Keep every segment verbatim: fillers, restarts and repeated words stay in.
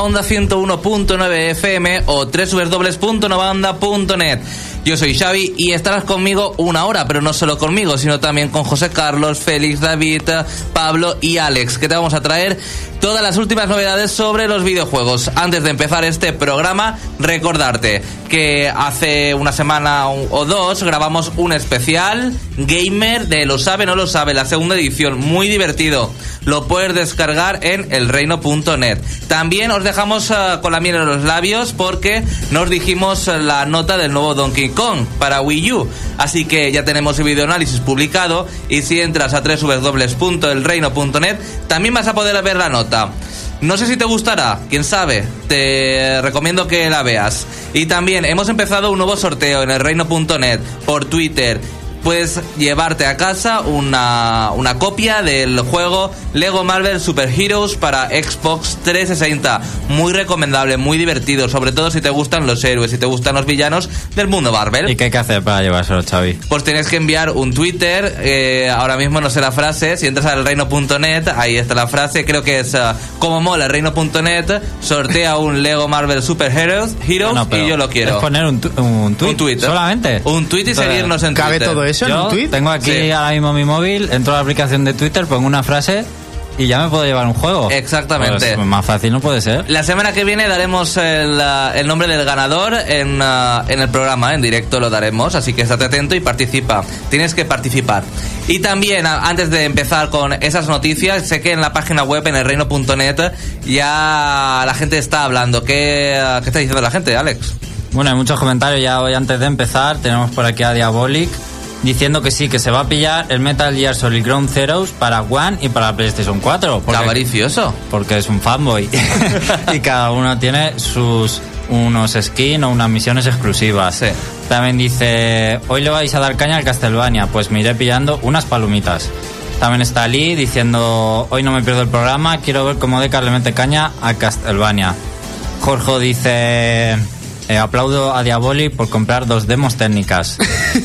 Onda ciento uno punto nueve F M o doble u doble u doble u punto novaonda punto net. Yo soy Xavi y estarás conmigo una hora, pero no solo conmigo, sino también con José Carlos, Félix, David, Pablo y Alex, que te vamos a traer todas las últimas novedades sobre los videojuegos. Antes de empezar este programa, recordarte que hace una semana o dos grabamos un especial gamer de Lo Sabe No Lo Sabe, la segunda edición, muy divertido. Lo puedes descargar en elreino punto net. También os dejamos uh, con la miel en los labios porque nos dijimos uh, la nota del nuevo Donkey Kong para Wii U. Así que ya tenemos el videoanálisis publicado y si entras a doble u doble u doble u punto elreino punto net también vas a poder ver la nota. No sé si te gustará, quién sabe, te recomiendo que la veas. Y también hemos empezado un nuevo sorteo en elreino punto net por Twitter. Puedes llevarte a casa una, una copia del juego Lego Marvel Super Heroes para Xbox trescientos sesenta. Muy recomendable, muy divertido, sobre todo si te gustan los héroes, si te gustan los villanos del mundo Marvel. ¿Y qué hay que hacer para llevárselo, Xavi? Pues tienes que enviar un Twitter, eh, ahora mismo no sé la frase, si entras a elreino punto net, ahí está la frase, creo que es uh, como mola elreino punto net, sortea un Lego Marvel Super Heroes, Heroes no, no, y yo lo quiero. Es poner un, tu- un tweet, un tweet solamente. Un tweet y Entonces, seguirnos en ¿cabe Twitter. todo eso? Yo ¿En un tengo aquí sí. ahora mismo mi móvil, entro a la aplicación de Twitter, pongo una frase y ya me puedo llevar un juego. Exactamente. Pues más fácil no puede ser. La semana que viene daremos el, uh, el nombre del ganador en, uh, en el programa, en directo lo daremos, así que estate atento y participa. Tienes que participar. Y también, a, antes de empezar con esas noticias, sé que en la página web, en elreino punto net, ya la gente está hablando. ¿Qué, uh, ¿Qué está diciendo la gente, Alex? Bueno, hay muchos comentarios ya hoy antes de empezar. Tenemos por aquí a Diabolic diciendo que sí, que se va a pillar el Metal Gear Solid Ground Zeroes para One y para PlayStation cuatro. Porque, avaricioso. Porque es un fanboy. Y cada uno tiene sus unos skins o unas misiones exclusivas. Sí. También dice, hoy le vais a dar caña al Castlevania, pues me iré pillando unas palomitas. También está Lee diciendo, hoy no me pierdo el programa, quiero ver cómo Deca le mete caña a Castlevania. Jorge dice, eh, aplaudo a Diaboli por comprar dos demos técnicas.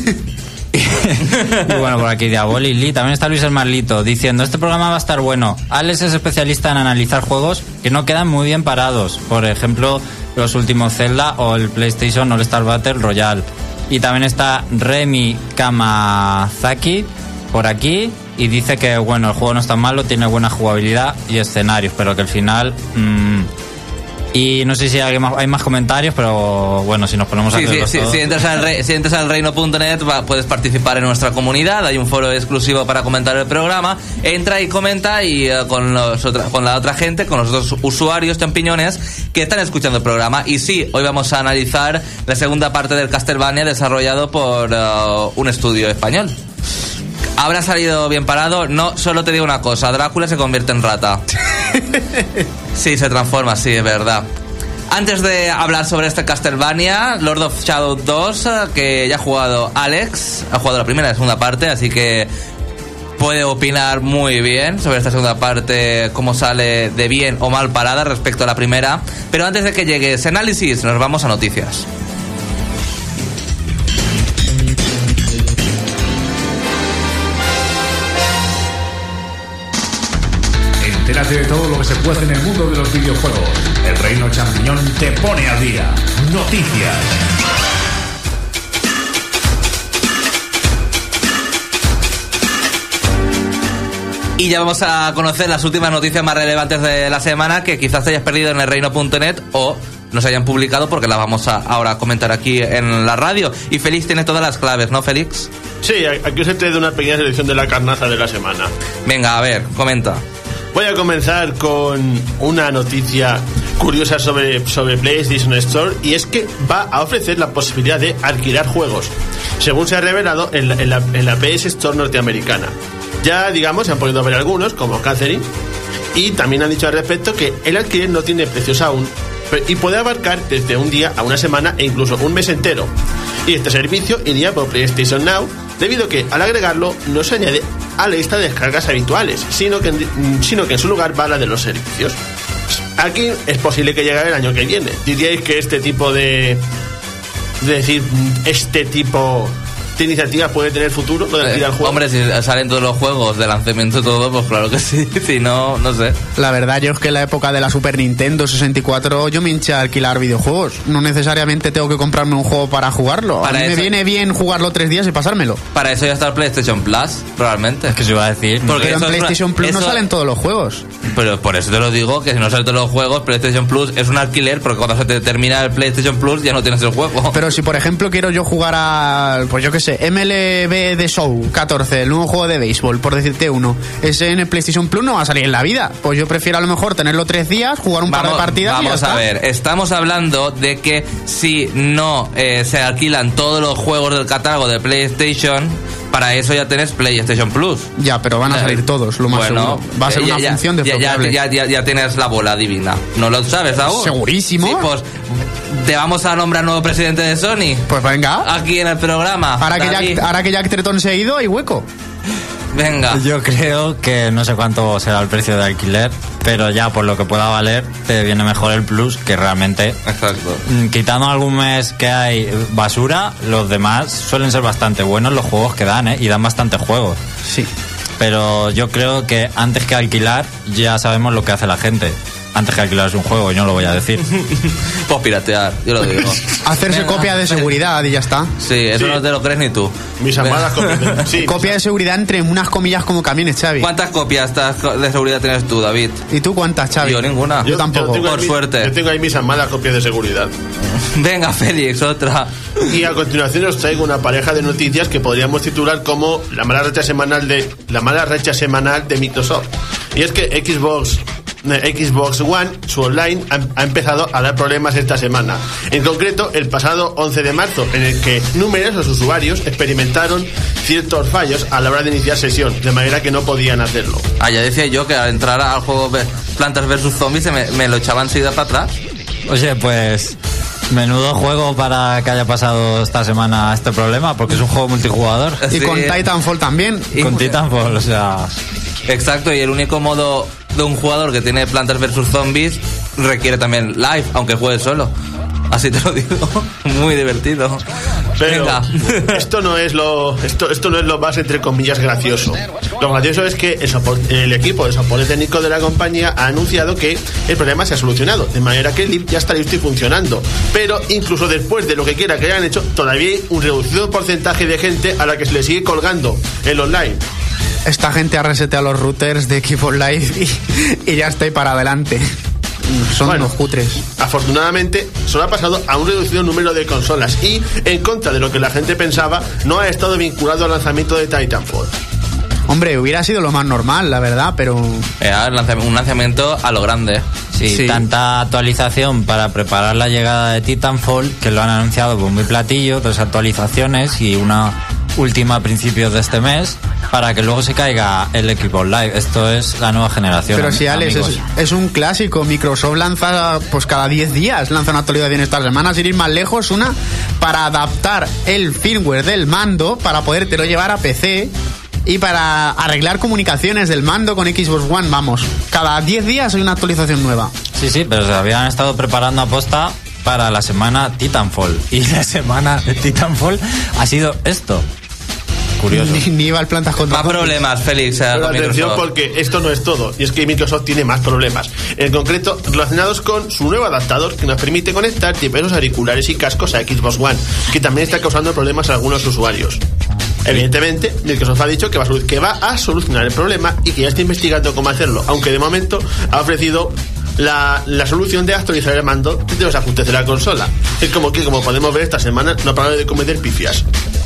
Y bueno, por aquí Diaboli, Lee. También está Luis el Marlito diciendo, este programa va a estar bueno. Alex es especialista en analizar juegos que no quedan muy bien parados, por ejemplo los últimos Zelda o el PlayStation All Star Battle Royale. Y también está Remy Kamazaki por aquí y dice que bueno, el juego no es tan malo, tiene buena jugabilidad y escenarios, pero que al final mmm, y no sé si hay más, hay más comentarios, pero bueno, si nos ponemos a sí, sí, sí, si entras al re, si entras al elreino punto net puedes participar en nuestra comunidad, hay un foro exclusivo para comentar el programa, entra y comenta y uh, con, los otra, con la otra gente, con los otros usuarios champiñones que están escuchando el programa. Y sí, hoy vamos a analizar la segunda parte del Castlevania desarrollado por uh, un estudio español. ¿Habrá salido bien parado? No, solo te digo una cosa, Drácula se convierte en rata. Sí, se transforma, sí, es verdad. Antes de hablar sobre este Castlevania, Lord of Shadow dos, que ya ha jugado Alex, ha jugado la primera y la segunda parte, así que puede opinar muy bien sobre esta segunda parte, cómo sale de bien o mal parada respecto a la primera. Pero antes de que llegue ese análisis, nos vamos a noticias. Entérate de todo lo que se puede en el mundo de los videojuegos. El Reino Champiñón te pone al día. Noticias. Y ya vamos a conocer las últimas noticias más relevantes de la semana que quizás te hayas perdido en elreino punto net o no se hayan publicado porque las vamos a ahora a comentar aquí en la radio. Y Félix tiene todas las claves, ¿no, Félix? Sí, aquí os he traído una pequeña selección de la carnaza de la semana. Venga, a ver, comenta. Voy a comenzar con una noticia curiosa sobre, sobre PlayStation Store, y es que va a ofrecer la posibilidad de alquilar juegos, según se ha revelado en la, en la, en la P S Store norteamericana. Ya, digamos, se han podido ver algunos, como Catherine, y también han dicho al respecto que el alquiler no tiene precios aún y puede abarcar desde un día a una semana e incluso un mes entero. Y este servicio iría por PlayStation Now, debido a que al agregarlo no se añade a la lista de descargas habituales, sino que, sino que en su lugar va la de los servicios. Aquí es posible que llegue el año que viene. ¿Diríais que este tipo de... de decir, este tipo ¿Qué iniciativas puede tener futuro lo de alquilar Eh, juegos? hombre, si salen todos los juegos de lanzamiento todo, pues claro que sí. Si no, no sé. La verdad, yo es que en la época de la Super Nintendo sesenta y cuatro yo me hinché a alquilar videojuegos. No necesariamente tengo que comprarme un juego para jugarlo. Para a mí me eso- viene bien jugarlo tres días y pasármelo. Para eso ya está el PlayStation Plus, probablemente. Que se iba a decir. Porque Pero en eso es una- PlayStation Plus no eso- salen todos los juegos. Pero por eso te lo digo, que si no salen todos los juegos, PlayStation Plus es un alquiler, porque cuando se te termina el PlayStation Plus ya no tienes el juego. Pero si por ejemplo quiero yo jugar a, pues yo qué sé, M L B The Show catorce, el nuevo juego de béisbol, por decirte uno, ese en el PlayStation Plus no va a salir en la vida. Pues yo prefiero a lo mejor tenerlo tres días, jugar un par de partidas y ya vamos está. a ver, estamos hablando de que si no eh, se alquilan todos los juegos del catálogo de PlayStation, para eso ya tenés PlayStation Plus. Ya, pero van a salir todos, lo más Bueno, seguro. Va a ser eh, una ya, función ya, ya, desbloqueable. ya, ya, ya tienes la bola divina. ¿No lo sabes aún? ¿Segurísimo? Sí, pues te vamos a nombrar nuevo presidente de Sony. Pues venga. Aquí en el programa. Ahora que, David. Jack, ahora que Jack Tretton se ha ido, hay hueco. Venga. Yo creo que no sé cuánto será el precio de alquiler, pero ya por lo que pueda valer, te viene mejor el Plus, que realmente, Exacto. mm, quitando algún mes que hay basura, los demás suelen ser bastante buenos los juegos que dan, ¿eh? Y dan bastante juegos. Sí. Pero yo creo que antes que alquilar, ya sabemos lo que hace la gente. Antes que alquilar un juego, yo no lo voy a decir. Pues piratear, yo lo digo. Hacerse Venga. copia de seguridad y ya está. Sí, eso Sí. no te lo crees ni tú. Mis amadas copias de- sí, Copia de seguridad entre unas comillas como camiones, Xavi. ¿Cuántas copias de seguridad tienes tú, David? ¿Y tú cuántas, Xavi? Yo ninguna. Yo tampoco. tengo ahí Por mi- suerte. Yo tengo ahí mis amadas copias de seguridad. Venga, Félix, otra. Y a continuación os traigo una pareja de noticias que podríamos titular como la mala racha semanal de la mala racha semanal de Microsoft. Y es que Xbox eh, Xbox One, su online, ha, ha empezado a dar problemas esta semana. En concreto, el pasado once de marzo, en el que numerosos usuarios experimentaron ciertos fallos a la hora de iniciar sesión, de manera que no podían hacerlo. Ah, ya decía yo que al entrar al juego Be- Plantas versus Zombies se me, me lo echaban enseguida para atrás. Oye, pues menudo juego para que haya pasado esta semana este problema, porque es un juego multijugador. Y Sí. con Titanfall también. Y- Con Titanfall, o sea... Exacto, y el único modo de un jugador que tiene Plantas versus Zombies requiere también live, aunque juegue solo. Así te lo digo. Muy divertido. Pero Venga. esto no es lo esto esto no es lo más entre comillas gracioso. Lo gracioso es que el, soporte- el equipo de soporte técnico de la compañía ha anunciado que el problema se ha solucionado, de manera que el lib ya está listo y funcionando. Pero incluso después de lo que quiera que hayan hecho, todavía hay un reducido porcentaje de gente a la que se le sigue colgando el online. Esta gente ha reseteado los routers de Xbox Live y, y ya estoy para adelante. Son Bueno, unos cutres. Afortunadamente, solo ha pasado a un reducido número de consolas y, en contra de lo que la gente pensaba, no ha estado vinculado al lanzamiento de Titanfall. Hombre, hubiera sido lo más normal, la verdad, pero... Era un lanzam- un lanzamiento a lo grande. Sí, Sí. tanta actualización para preparar la llegada de Titanfall, que lo han anunciado con muy platillo, tres actualizaciones y una última a principios de este mes, para que luego se caiga el Xbox Live. Esto es la nueva generación. Pero si, Alex, amigos. es, es un clásico. Microsoft lanza, pues cada diez días lanza una actualización esta semana, sin ir más lejos, una para adaptar el firmware del mando para podértelo llevar a P C y para arreglar comunicaciones del mando con Xbox One. Vamos, cada diez días hay una actualización nueva. Sí, sí, pero se habían estado preparando aposta para la semana Titanfall. Y la semana de Titanfall ha sido esto. Curioso. Ni, ni iba al plantas contra Más zombies. problemas, Félix. eh, Pero con atención, Microsoft. porque esto no es todo, y es que Microsoft tiene más problemas. En concreto, relacionados con su nuevo adaptador que nos permite conectar diversos auriculares y cascos a Xbox One, que también está causando problemas a algunos usuarios. Evidentemente, Microsoft ha dicho que va a, solu- que va a solucionar el problema y que ya está investigando cómo hacerlo, aunque de momento ha ofrecido la, la solución de actualizar el mando de los ajustes de la consola. Es como que, como podemos ver esta semana, no para de cometer pifias.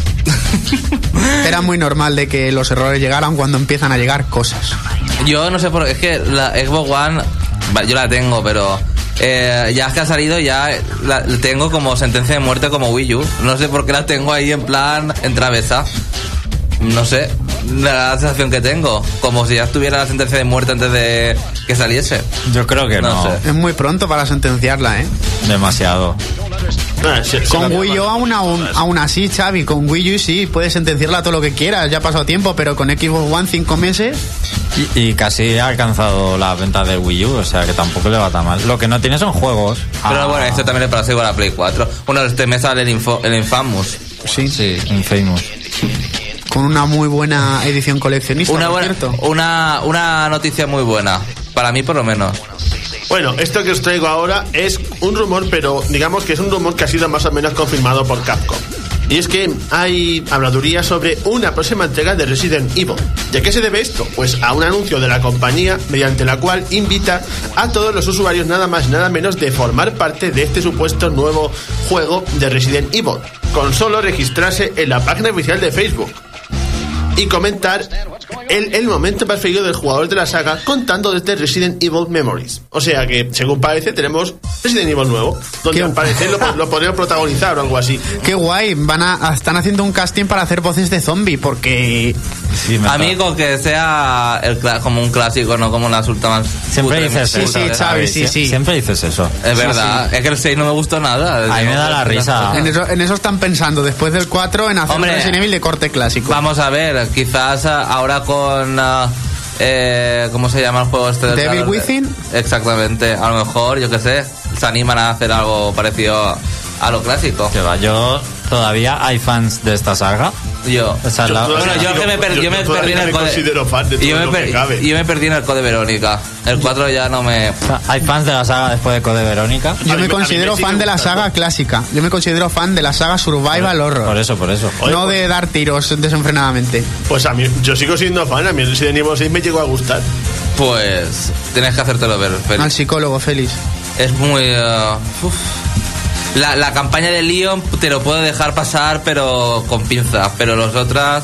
Era muy normal de que los errores llegaran cuando empiezan a llegar cosas. Yo no sé por qué. Es que la Xbox One, vale, yo la tengo, pero eh, ya es que ha salido, ya la tengo como sentencia de muerte como Wii U. No sé por qué la tengo ahí en plan en travesa. No sé, la sensación que tengo. Como si ya estuviera la sentencia de muerte antes de que saliese. Yo creo que No no. sé. Es muy pronto para sentenciarla, ¿eh? Demasiado. Ah, se- se Con cambia Wii U más. aún, aún, aún así, Xavi, con Wii U sí, puedes sentenciarla todo lo que quieras, ya ha pasado tiempo, pero con Xbox One cinco meses... Y, y casi ha alcanzado la venta de Wii U, o sea que tampoco le va tan mal. Lo que no tiene son juegos. Pero Ah, bueno, esto también es para seguir a la Play cuatro. Bueno, este mes sale el, Info, el Infamous. Sí. Sí, Infamous. Con una muy buena edición coleccionista, Una, por buena, cierto. una, una noticia muy buena. Para mí, por lo menos. Bueno, esto que os traigo ahora es un rumor, pero digamos que es un rumor que ha sido más o menos confirmado por Capcom. Y es que hay habladuría sobre una próxima entrega de Resident Evil. ¿Y a qué se debe esto? Pues a un anuncio de la compañía mediante la cual invita a todos los usuarios nada más y nada menos de formar parte de este supuesto nuevo juego de Resident Evil, con solo registrarse en la página oficial de Facebook y comentar el, el momento preferido del jugador de la saga contando desde Resident Evil Memories. O sea que, según parece, tenemos Resident Evil nuevo, donde ¿Qué? al parecer lo, lo podrían protagonizar o algo así. Qué guay, van a, están haciendo un casting para hacer voces de zombie, porque... Sí, me Amigo, que sea el, cla- como un clásico, no como las últimas. Siempre putres dices Sí, eso. sí, ¿eh? Xavi, sí, sí. Siempre dices eso. Es verdad, es que el seis no me gustó nada. A mí me da la risa. En eso, en eso están pensando, después del cuatro, en hacer Hombre, un Resident Evil de corte clásico. Vamos a ver, quizás ah, ahora con... ah, eh, ¿cómo se llama el juego este? del Devil terror? Within. Exactamente, a lo mejor, yo qué sé, se animan a hacer algo parecido a, a lo clásico. Que va, yo todavía hay fans de esta saga. Yo. Esa es la- Yo Bueno, yo que me, per- Yo- yo me yo todavía perdí en el me code. considero fan de todo yo, me lo per- que cabe. yo me perdí en el code Verónica. El cuatro ya no me. O sea, hay fans de la saga después de Code Verónica. Yo A mí- me a mí considero me sigue fan de la gustando. saga clásica. Yo me considero fan de la saga Survival Horror. Por eso, por eso. Oye, no pues- de dar tiros desenfrenadamente. Pues a mí, yo sigo siendo fan, a mí el Resident Evil seis me llegó a gustar. Pues. Tienes que hacértelo ver, Félix. Al psicólogo, Félix. Es muy. uh, uf. La, la campaña de Leon te lo puedo dejar pasar, pero con pinzas. Pero los otras.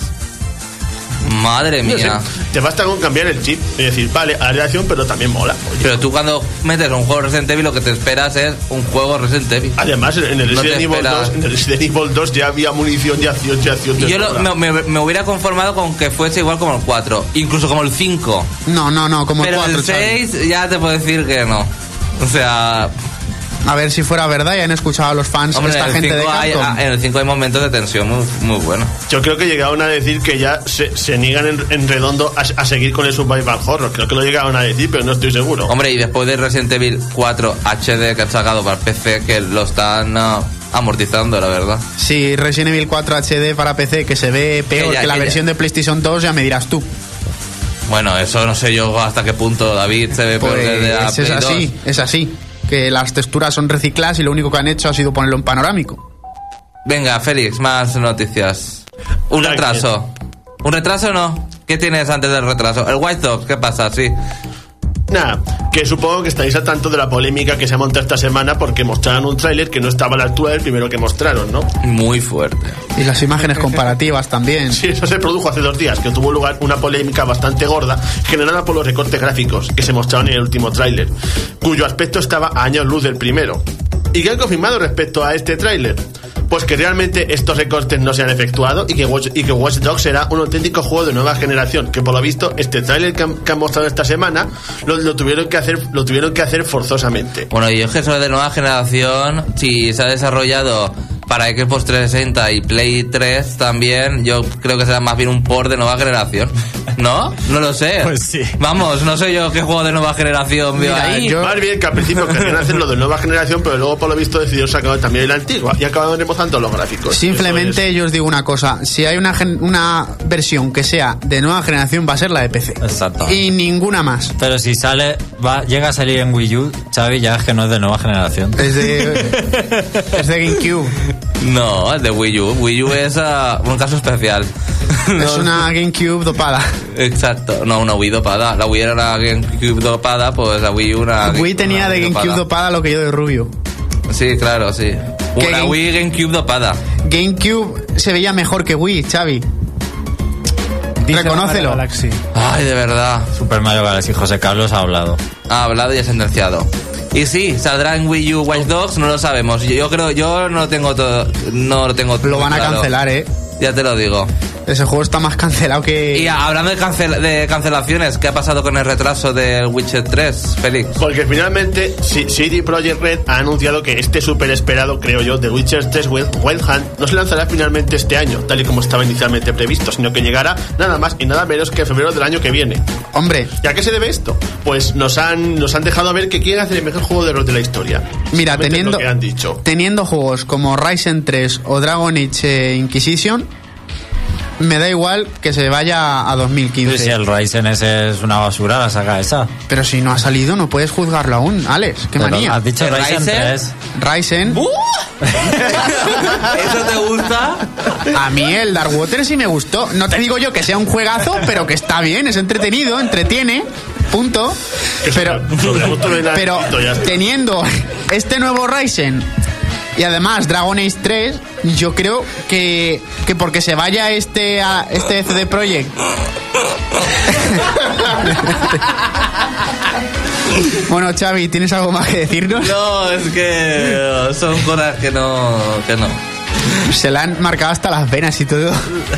Madre No sé, mía. te basta con cambiar el chip y decir, vale, a la reacción, pero también mola. Oye. Pero tú cuando metes un juego Resident Evil, lo que te esperas es un juego Resident Evil. Además, en el No te Resident Evil esperas. dos, en el Resident Evil dos ya había munición y acción y acción de Yo lo- sobra. me, me- me hubiera conformado con que fuese igual como el cuatro, incluso como el cinco. No, no, no, como el Pero cuatro, el Xavi. seis ya te puedo decir que no. O sea, A ver si fuera verdad y han escuchado a los fans hombre, esta en el gente de cinco hay, Capcom. en el cinco hay momentos de tensión muy, muy buenos. Yo creo que llegaron a decir que ya se, se niegan en, en redondo a, a seguir con el Survival Horror. Creo que lo llegaron a decir, pero no estoy seguro. Hombre, y después de Resident Evil cuatro H D que han sacado para P C, que lo están ah, amortizando, la verdad. Sí, Resident Evil cuatro H D para P C, que se ve peor Que que, ya- la que ya- versión de PlayStation dos, ya me dirás tú. Bueno, eso no sé yo hasta qué punto, David, se ve peor que el de la Pues es Play así, dos. es así. Que las texturas son recicladas y lo único que han hecho ha sido ponerlo en panorámico. Venga, Félix, más noticias. Un Tranqui. retraso. ¿Un retraso o no? ¿Qué tienes antes del retraso? El White Dogs, ¿qué pasa? Sí. Nada, que supongo que estáis al tanto de la polémica que se ha montado esta semana porque mostraron un tráiler que no estaba a la altura del primero que mostraron, ¿no? Muy fuerte. Y las imágenes comparativas también. Sí, eso se produjo hace dos días, que tuvo lugar una polémica bastante gorda generada por los recortes gráficos que se mostraron en el último tráiler, cuyo aspecto estaba a años luz del primero. ¿Y qué han confirmado respecto a este tráiler? Pues que realmente estos recortes no se han efectuado y que Watch, y que Watch Dogs será un auténtico juego de nueva generación, que por lo visto este tráiler que, han- que han mostrado esta semana lo, lo tuvieron que hacer lo tuvieron que hacer forzosamente. Bueno, y es que eso de nueva generación, si se ha desarrollado para Xbox trescientos sesenta y Play tres también, yo creo que será más bien un port de nueva generación. ¿No? No lo sé. Pues sí. Vamos, no sé yo qué juego de nueva generación veo Mira, ahí. yo- Más bien que al principio querían hacer lo de nueva generación, pero luego por lo visto decidieron sacar también la antigua y acabaron remozando los gráficos. Simplemente Eso yo os digo una cosa, si hay una, gen- una versión que sea de nueva generación va a ser la de P C. Exacto. Y ninguna más. Pero si sale, va, llega a salir en Wii U, Xavi, ya es que no es de nueva generación. Es de, es de GameCube. No, el de Wii U. Wii U es ah, un caso especial. Es No, una GameCube dopada. Exacto. No, una Wii dopada. La Wii era una GameCube dopada, pues la Wii U una... Wii tenía una de Wii GameCube dopada lo que yo de Rubio. Sí, claro, sí. ¿Qué Una Game- Wii GameCube dopada. GameCube se veía mejor que Wii, Xavi. Dice Reconócelo. Mario Galaxy. Ay, de verdad. Super Mario Galaxy, José Carlos ha hablado. Ha hablado y ha sentenciado. Y sí, saldrá en Wii U Watch Dogs, no lo sabemos. Yo, yo creo, yo no lo tengo todo, no lo tengo Lo van a claro. cancelar, eh. Ya te lo digo. Ese juego está más cancelado que... Y hablando de, cancel de cancelaciones, ¿qué ha pasado con el retraso del Witcher tres, Félix? Porque finalmente C- C D Projekt Red ha anunciado que este súper esperado, creo yo, The Witcher tres Wild, Wild Hunt no se lanzará finalmente este año, tal y como estaba inicialmente previsto, sino que llegará nada más y nada menos que en febrero del año que viene. Hombre, ¿Y a qué se debe esto? Pues nos han, nos han dejado ver que quieren hacer el mejor juego de rol de la historia. mira, Simplemente teniendo, lo que han dicho. teniendo juegos como Ryzen tres o Dragon Age eh, Inquisition, me da igual que se vaya a dos mil quince. Sí, si el Ryzen ese es una basura, la saga esa. Pero si no ha salido, no puedes juzgarlo aún, Alex. Qué Pero manía. has dicho ¿El Ryzen Ryzen? tres. Ryzen. ¡Uh! ¿Eso te gusta? A mí el Darkwater sí me gustó. No te digo yo que sea un juegazo, pero que está bien, es entretenido, entretiene. Punto. Que Pero, sobre- sobre gusto de la- pero ya está. teniendo este nuevo Ryzen y además Dragon Age tres, yo creo que, que porque se vaya este a este C D Projekt. Bueno, Xavi, ¿tienes algo más que decirnos? No, es que son cosas que no... Que no. Se la han marcado hasta las venas y todo.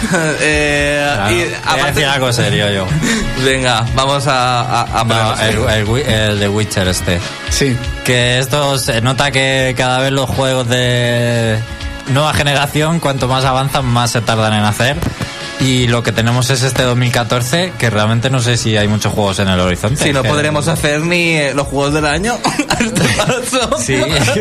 eh, Claro, y voy a aparte... decir algo serio yo. Venga, vamos a, a, a No, ponernos- el, el, Wi- el de Witcher este. Sí. Que esto se nota que cada vez los juegos de nueva generación, cuanto más avanzan, más se tardan en hacer. Y lo que tenemos es este dos mil catorce, que realmente no sé si hay muchos juegos en el horizonte. Si no Que- podremos hacer ni eh, los juegos del año a este paso. Sí.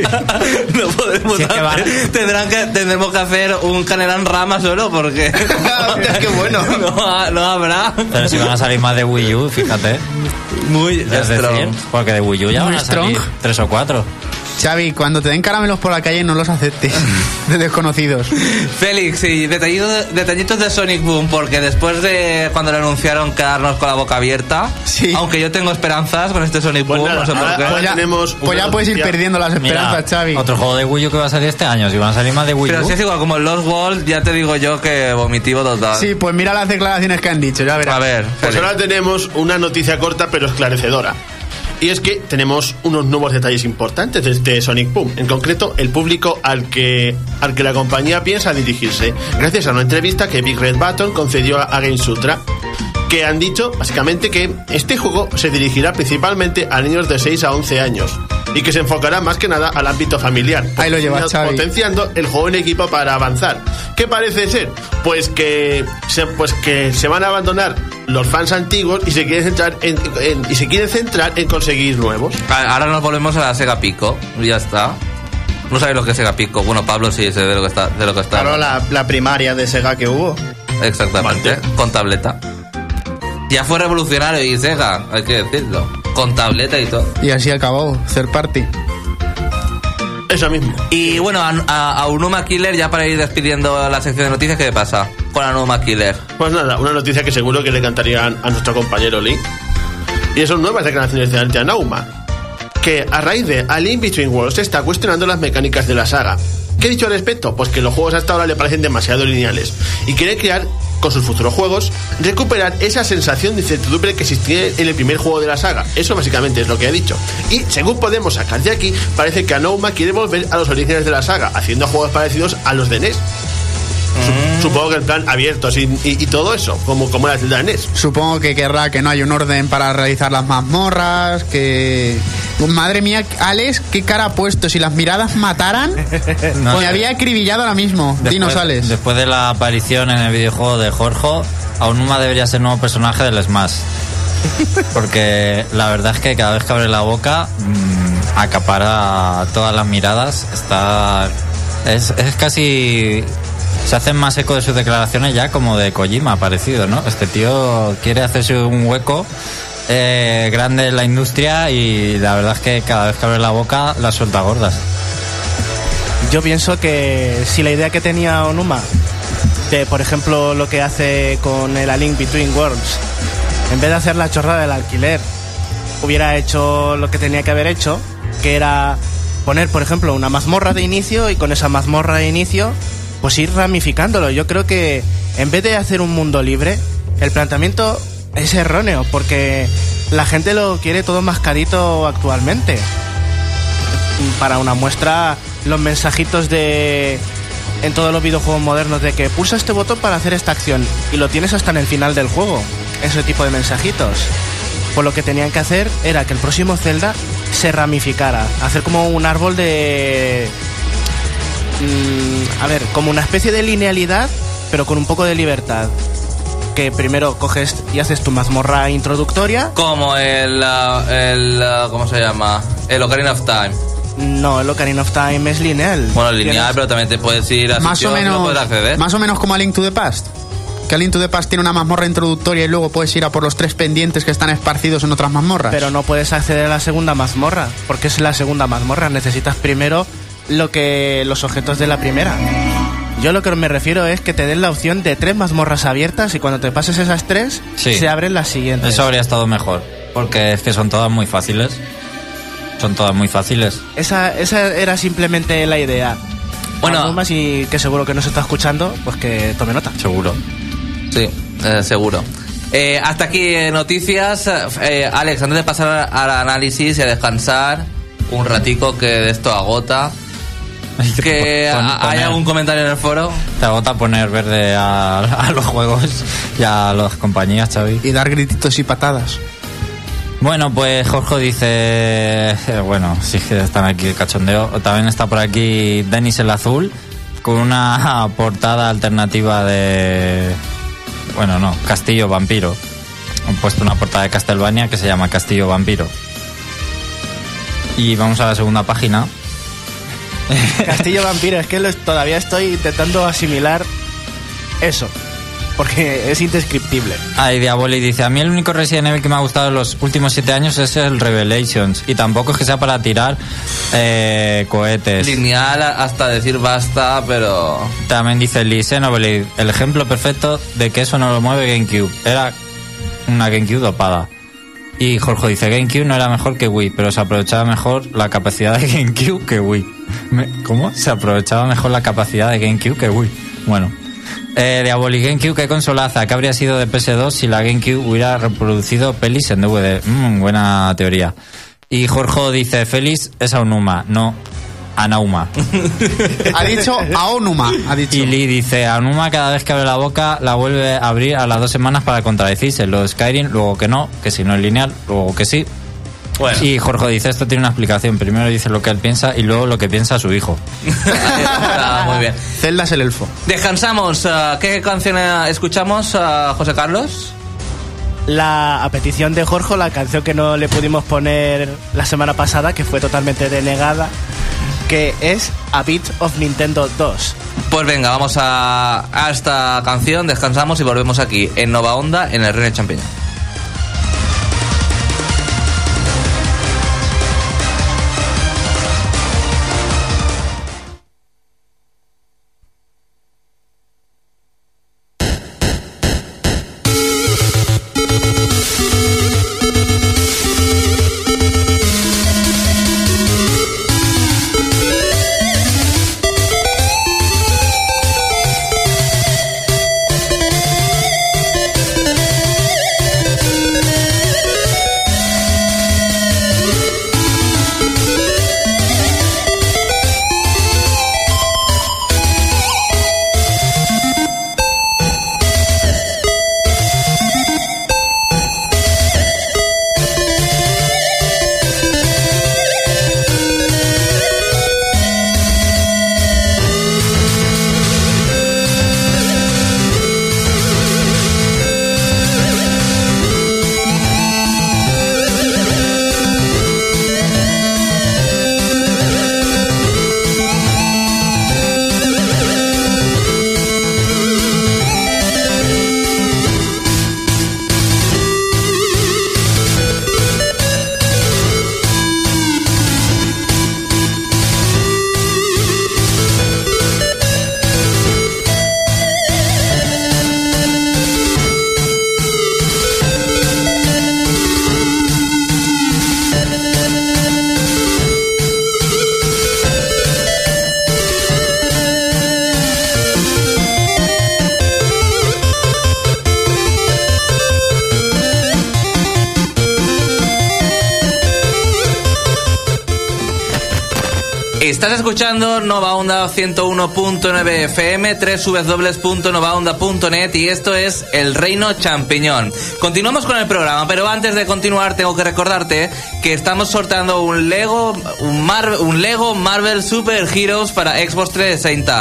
No podemos Si es que hacer. van- Tendrán que, tendremos que hacer un Canerán Rama solo porque. Hostia, qué bueno. No, ha- no habrá. Pero si van a salir más de Wii U, fíjate. Muy Es decir, strong. porque de Wii U ya Muy van a salir strong. tres o cuatro. Xavi, cuando te den caramelos por la calle no los aceptes de desconocidos. Félix, y detallitos, detallitos de Sonic Boom, porque después de cuando le anunciaron quedarnos con la boca abierta, Sí. aunque yo tengo esperanzas con este Sonic Pues Boom, nada, no sé por ahora- qué. ahora Pues ya, tenemos pues una ya puedes ir noticia. perdiendo las esperanzas, Mira, Xavi. otro juego de Wii U que va a salir este año. Si van a salir más de Wii Pero U. si es igual como el Lost World, ya te digo yo que vomitivo total. Sí, pues mira las declaraciones que han dicho, ya verás. A ver, Pues Félix. ahora tenemos una noticia corta pero esclarecedora. Y es que tenemos unos nuevos detalles importantes de este Sonic Boom. En concreto, el público al que, al que la compañía piensa dirigirse. Gracias a una entrevista que Big Red Button concedió a Game Sutra, que han dicho básicamente que este juego se dirigirá principalmente a niños de seis a once años y que se enfocará más que nada al ámbito familiar, Ahí lo llevas, potenciando- Xavi. potenciando el juego en equipo para avanzar. ¿Qué parece ser? Pues que se, pues que se van a abandonar los fans antiguos y se quieren centrar en, en- y se quieren centrar en conseguir nuevos. A- Ahora nos volvemos a la Sega Pico. y Ya está. No sabéis lo que es Sega Pico. Bueno, Pablo sí sé de lo que está. De lo que está. Claro, la, la primaria de Sega que hubo. Exactamente. Vale. Con tableta. Ya fue revolucionario y Sega, hay que decirlo. Con tableta y todo. Y así acabó, third party. Eso mismo. Y bueno, a, a, a Unuma Killer, ya para ir despidiendo la sección de noticias, ¿qué pasa con Unuma Killer? Pues nada, una noticia que seguro que le encantaría a nuestro compañero Lee. Y son nuevas declaraciones de Aonuma, que a raíz de A Link Between Worlds se está cuestionando las mecánicas de la saga. ¿Qué he dicho al respecto? Pues que los juegos hasta ahora le parecen demasiado lineales y quiere crear, con sus futuros juegos, recuperar esa sensación de incertidumbre que existía en el primer juego de la saga. Eso básicamente es lo que ha dicho. Y según podemos sacar de aquí, parece que Aonuma quiere volver a los orígenes de la saga, haciendo juegos parecidos a los de N E S. Sup- Supongo que el plan abiertos y, y, y todo eso, como, como era el de N E S. Supongo que querrá que no haya un orden para realizar las mazmorras, que... Madre mía, Alex, qué cara ha puesto. Si las miradas mataran, No me sé. había acribillado ahora mismo. Dinos, Alex. después de la aparición en el videojuego de Jorge, Aonuma debería ser nuevo personaje del Smash. Porque la verdad es que cada vez que abre la boca mmm, acapara todas las miradas. Está es, es casi se hacen más eco de sus declaraciones ya como de Kojima parecido, ¿no? Este tío quiere hacerse un hueco eh, grande en la industria y la verdad es que cada vez que abre la boca las suelta gordas. Yo pienso que si la idea que tenía Onuma de, por ejemplo, lo que hace con el A Link Between Worlds, en vez de hacer la chorrada del alquiler, hubiera hecho lo que tenía que haber hecho, que era poner, por ejemplo, una mazmorra de inicio y con esa mazmorra de inicio, pues ir ramificándolo. Yo creo que en vez de hacer un mundo libre, el planteamiento es erróneo, porque la gente lo quiere todo mascadito actualmente. Para una muestra, los mensajitos de en todos los videojuegos modernos de que pulsa este botón para hacer esta acción y lo tienes hasta en el final del juego, ese tipo de mensajitos. Pues lo que tenían que hacer era que el próximo Zelda se ramificara, hacer como un árbol de mmm, a ver, como una especie de linealidad, pero con un poco de libertad. Que primero coges y haces tu mazmorra introductoria. Como el, uh, el uh, ¿cómo se llama? El Ocarina of Time. No, el Ocarina of Time es lineal. Bueno, lineal, Tienes- pero también te puedes ir a Más o sitios que no menos, puedes acceder. más o menos como a Link to the Past. Que A Link to the Past tiene una mazmorra introductoria y luego puedes ir a por los tres pendientes que están esparcidos en otras mazmorras. Pero no puedes acceder a la segunda mazmorra, porque es la segunda mazmorra. Necesitas primero lo que los objetos de la primera. Yo lo que me refiero es que te den la opción de tres mazmorras abiertas y cuando te pases esas tres, Sí. se abren las siguientes. Eso habría estado mejor, porque es que son todas muy fáciles. Son todas muy fáciles. Esa, esa era simplemente la idea. Bueno. Algo más y que seguro que no se está escuchando, pues que tome nota. Seguro. Sí, eh, seguro. Eh, hasta aquí eh, noticias. Eh, Alex, antes de pasar al análisis y a descansar un ratico, que de esto agota, que Pon- ¿hay poner- algún comentario en el foro? Te agota poner verde a, a los juegos y a las compañías, Xavi. Y dar grititos y patadas. Bueno, pues Jorge dice... eh, Bueno, sí que están aquí de cachondeo. También está por aquí Denis el Azul, con una portada alternativa de... Bueno, no, Castillo Vampiro. Han puesto una portada de Castlevania que se llama Castillo Vampiro. Y vamos a la segunda página. Castillo Vampiro, es que lo- todavía estoy intentando asimilar eso, porque es indescriptible. Ahí Diaboli dice: a mí el único Resident Evil que me ha gustado en los últimos siete años es el Revelations. Y tampoco es que sea para tirar eh, cohetes. Lineal hasta decir basta, pero... También dice Lee Xenoblade, el ejemplo perfecto de que eso no lo mueve GameCube. Era una GameCube dopada. Y Jorge dice: GameCube no era mejor que Wii, pero se aprovechaba mejor la capacidad de GameCube que Wii. Me- ¿Cómo? Se aprovechaba mejor la capacidad de GameCube que Wii. Bueno. Eh, Diaboli, GameCube, qué consolaza. ¿Qué habría sido de P S dos si la GameCube hubiera reproducido pelis en D V D? Mm, buena teoría. Y Jorge dice: Félix es Aonuma, no Anauma. Ha dicho Aonuma, ha dicho. Y Lee dice: Aonuma cada vez que abre la boca la vuelve a abrir a las dos semanas para contradecirse. Lo de Skyrim, luego que no, que si no es lineal, luego que sí. Bueno. Y Jorge dice: esto tiene una explicación. Primero dice lo que él piensa y luego lo que piensa su hijo. Está muy bien. Zelda es el elfo. Descansamos. uh, ¿Qué canción eh, escuchamos, uh, José Carlos? La, a petición de Jorge, la canción que no le pudimos poner la semana pasada, que fue totalmente denegada, que es A Bit of Nintendo dos. Pues venga, vamos a, a esta canción, descansamos y volvemos aquí en Nova Onda, en el Reino Champiñón. Estás escuchando Nova Onda ciento uno punto nueve F M, doble u doble u doble u punto nova onda punto net, y esto es El Reino Champiñón. Continuamos con el programa, pero antes de continuar tengo que recordarte que estamos sorteando un Lego un, Mar- un Lego Marvel Super Heroes para Xbox trescientos sesenta.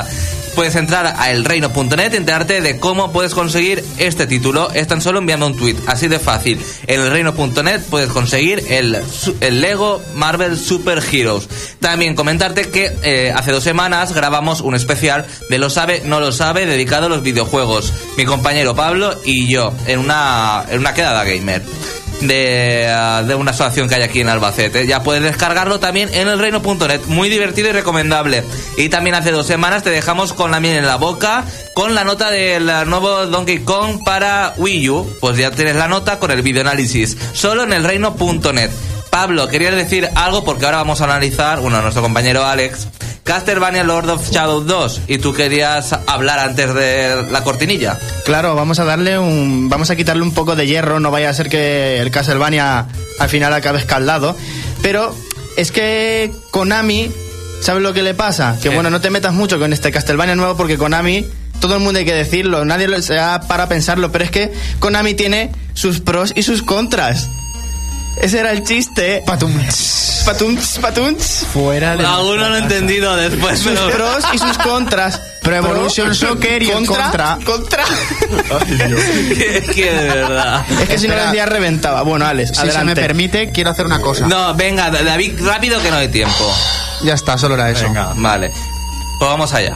Puedes entrar a elreino punto net y enterarte de cómo puedes conseguir este título. Es tan solo enviando un tweet, así de fácil. En elreino punto net puedes conseguir el, el Lego Marvel Super Heroes. También comentarte que eh, hace dos semanas grabamos un especial de Lo sabe, no lo sabe, dedicado a los videojuegos. Mi compañero Pablo y yo, en una, en una quedada gamer. De, uh, de una asociación que hay aquí en Albacete. Ya puedes descargarlo también en elreino punto net. Muy divertido y recomendable. Y también hace dos semanas te dejamos con la miel en la boca con la nota del nuevo Donkey Kong para Wii U. Pues ya tienes la nota con el videoanálisis. Solo en elreino punto net. Pablo, ¿querías decir algo? Porque ahora vamos a analizar, bueno, nuestro compañero Alex, Castlevania Lord of Shadow dos, y tú querías hablar antes de la cortinilla. Claro, vamos a darle un... Vamos a quitarle un poco de hierro, no vaya a ser que el Castlevania al final acabe escaldado. Pero es que Konami, ¿sabes lo que le pasa? Que ¿Qué? Bueno, no te metas mucho con este Castlevania nuevo porque Konami, todo el mundo hay que decirlo, nadie se da para pensarlo, pero es que Konami tiene sus pros y sus contras. Ese era el chiste. Patunts. Patunts, patunts. Fuera de... Alguno lo he entendido después, Sus pero... pros y sus contras. Pro Evolution Soccer y el contra. Contra. que, que de verdad. Es que si no Espera. el día reventaba. Bueno, Alex, Si adelante. se me permite, quiero hacer una cosa. No, venga, David, rápido que no hay tiempo. Ya está, solo era eso. Venga. Vale, pues vamos allá.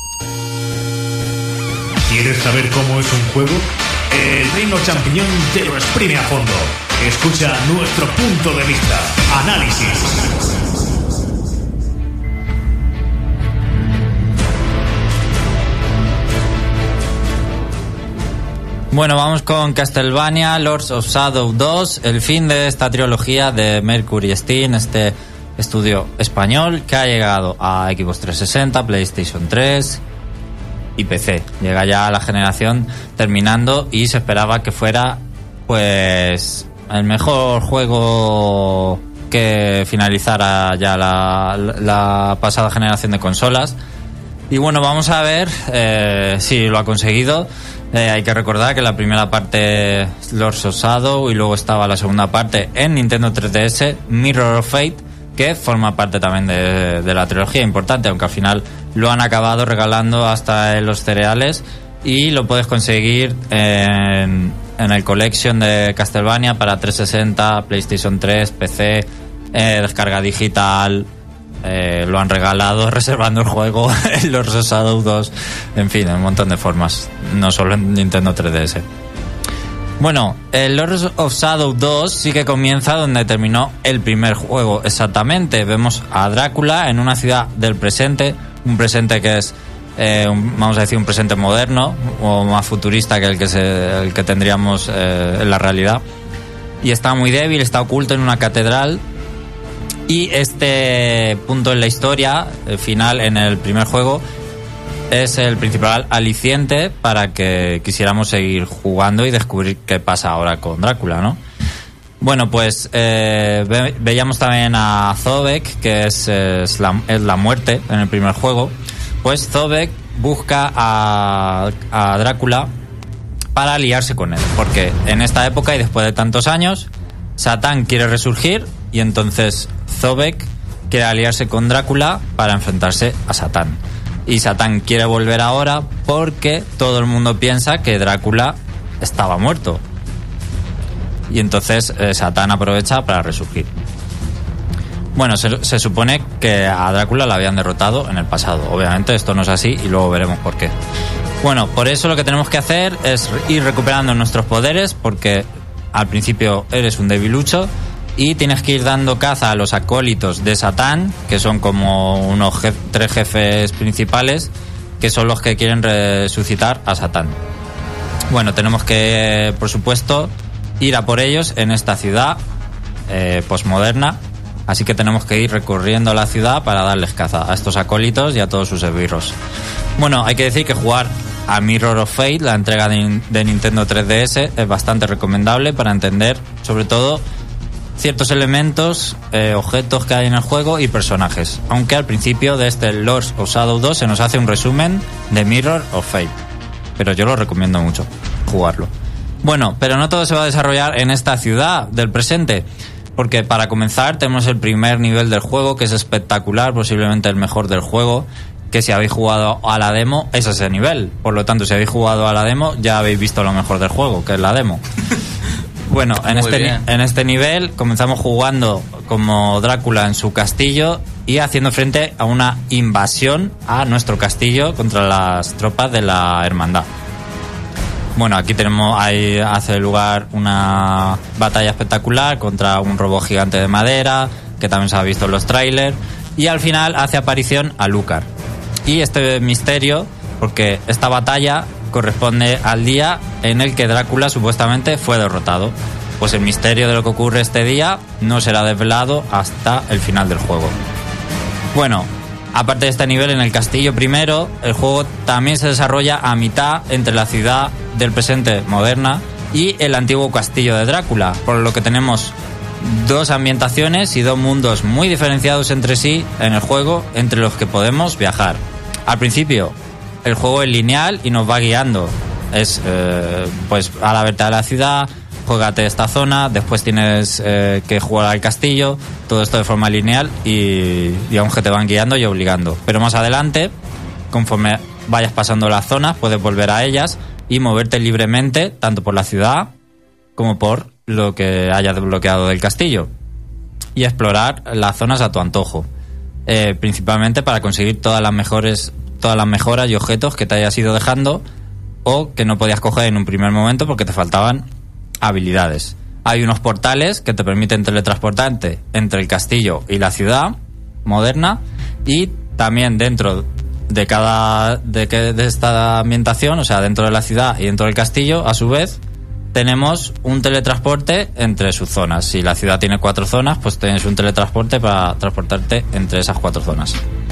¿Quieres saber cómo es un juego? El Reino Champiñón te lo exprime a fondo. Escucha nuestro punto de vista. Análisis. Bueno, vamos con Castlevania Lords of Shadow dos, el fin de esta trilogía de Mercury Steam, este estudio español que ha llegado a Xbox trescientos sesenta, PlayStation tres y P C. Llega ya la generación terminando y se esperaba que fuera pues el mejor juego que finalizara ya la, la pasada generación de consolas. Y bueno, vamos a ver eh, si lo ha conseguido. Eh, hay que recordar que la primera parte Lords of Shadow y luego estaba la segunda parte en Nintendo tres D S, Mirror of Fate, que forma parte también de, de la trilogía, importante, aunque al final lo han acabado regalando hasta en los cereales, y lo puedes conseguir en, en el Collection de Castlevania para trescientos sesenta, PlayStation tres, P C, eh, descarga digital. Eh, lo han regalado reservando el juego en Lords of Shadow dos, en fin, en un montón de formas, no solo en Nintendo tres D S. Bueno, el Lords of Shadow dos sí que comienza donde terminó el primer juego exactamente. Vemos a Drácula en una ciudad del presente, un presente que es eh, un, vamos a decir un presente moderno o más futurista que el que, se, el que tendríamos eh, en la realidad, y está muy débil, está oculto en una catedral. Y este punto en la historia, el final en el primer juego, es el principal aliciente para que quisiéramos seguir jugando y descubrir qué pasa ahora con Drácula, ¿no? Bueno, pues eh, ve, veíamos también a Zobek, que es, es, la, es la muerte en el primer juego. Pues Zobek busca a, a Drácula para aliarse con él, porque en esta época y después de tantos años, Satán quiere resurgir y entonces Zobek quiere aliarse con Drácula para enfrentarse a Satán. Y Satán quiere volver ahora porque todo el mundo piensa que Drácula estaba muerto. Y entonces eh, Satán aprovecha para resurgir. Bueno, se, se supone que a Drácula la habían derrotado en el pasado. Obviamente esto no es así y luego veremos por qué. Bueno, por eso lo que tenemos que hacer es ir recuperando nuestros poderes, porque al principio eres un debilucho y tienes que ir dando caza a los acólitos de Satán, que son como unos jef- tres jefes principales, que son los que quieren resucitar a Satán. Bueno, tenemos que, por supuesto, ir a por ellos en esta ciudad eh, posmoderna, así que tenemos que ir recorriendo la ciudad para darles caza a estos acólitos y a todos sus esbirros. Bueno, hay que decir que jugar a Mirror of Fate, la entrega de, de Nintendo tres D S, es bastante recomendable para entender, sobre todo, ciertos elementos, eh, objetos que hay en el juego y personajes. Aunque al principio de este Lords of Shadow dos se nos hace un resumen de Mirror of Fate. Pero yo lo recomiendo mucho, jugarlo. Bueno, pero no todo se va a desarrollar en esta ciudad del presente, porque para comenzar tenemos el primer nivel del juego, que es espectacular, posiblemente el mejor del juego, que si habéis jugado a la demo es ese nivel. Por lo tanto, si habéis jugado a la demo ya habéis visto lo mejor del juego, que es la demo. Bueno, en este, ni- en este nivel comenzamos jugando como Drácula en su castillo y haciendo frente a una invasión a nuestro castillo contra las tropas de la hermandad. Bueno, aquí tenemos, ahí hace lugar una batalla espectacular contra un robot gigante de madera, que también se ha visto en los trailers, y al final hace aparición Alucard. Y este misterio, porque esta batalla corresponde al día en el que Drácula supuestamente fue derrotado. Pues el misterio de lo que ocurre este día no será desvelado hasta el final del juego. Bueno, aparte de este nivel en el castillo primero, el juego también se desarrolla a mitad entre la ciudad del presente moderna y el antiguo castillo de Drácula, por lo que tenemos dos ambientaciones y dos mundos muy diferenciados entre sí en el juego, entre los que podemos viajar. Al principio, el juego es lineal y nos va guiando. Es, eh, pues, ahora verte a la ciudad, juégate esta zona, después tienes eh, que jugar al castillo, todo esto de forma lineal y digamos que te van guiando y obligando. Pero más adelante, conforme vayas pasando las zonas, puedes volver a ellas y moverte libremente, tanto por la ciudad como por lo que hayas desbloqueado del castillo, y explorar las zonas a tu antojo, eh, principalmente para conseguir todas las mejores, todas las mejoras y objetos que te hayas ido dejando o que no podías coger en un primer momento porque te faltaban habilidades. Hay unos portales que te permiten teletransportarte entre el castillo y la ciudad moderna, y también dentro de cada de, que, de esta ambientación, o sea, dentro de la ciudad y dentro del castillo, a su vez tenemos un teletransporte entre sus zonas. Si la ciudad tiene cuatro zonas, pues tienes un teletransporte para transportarte entre esas cuatro zonas.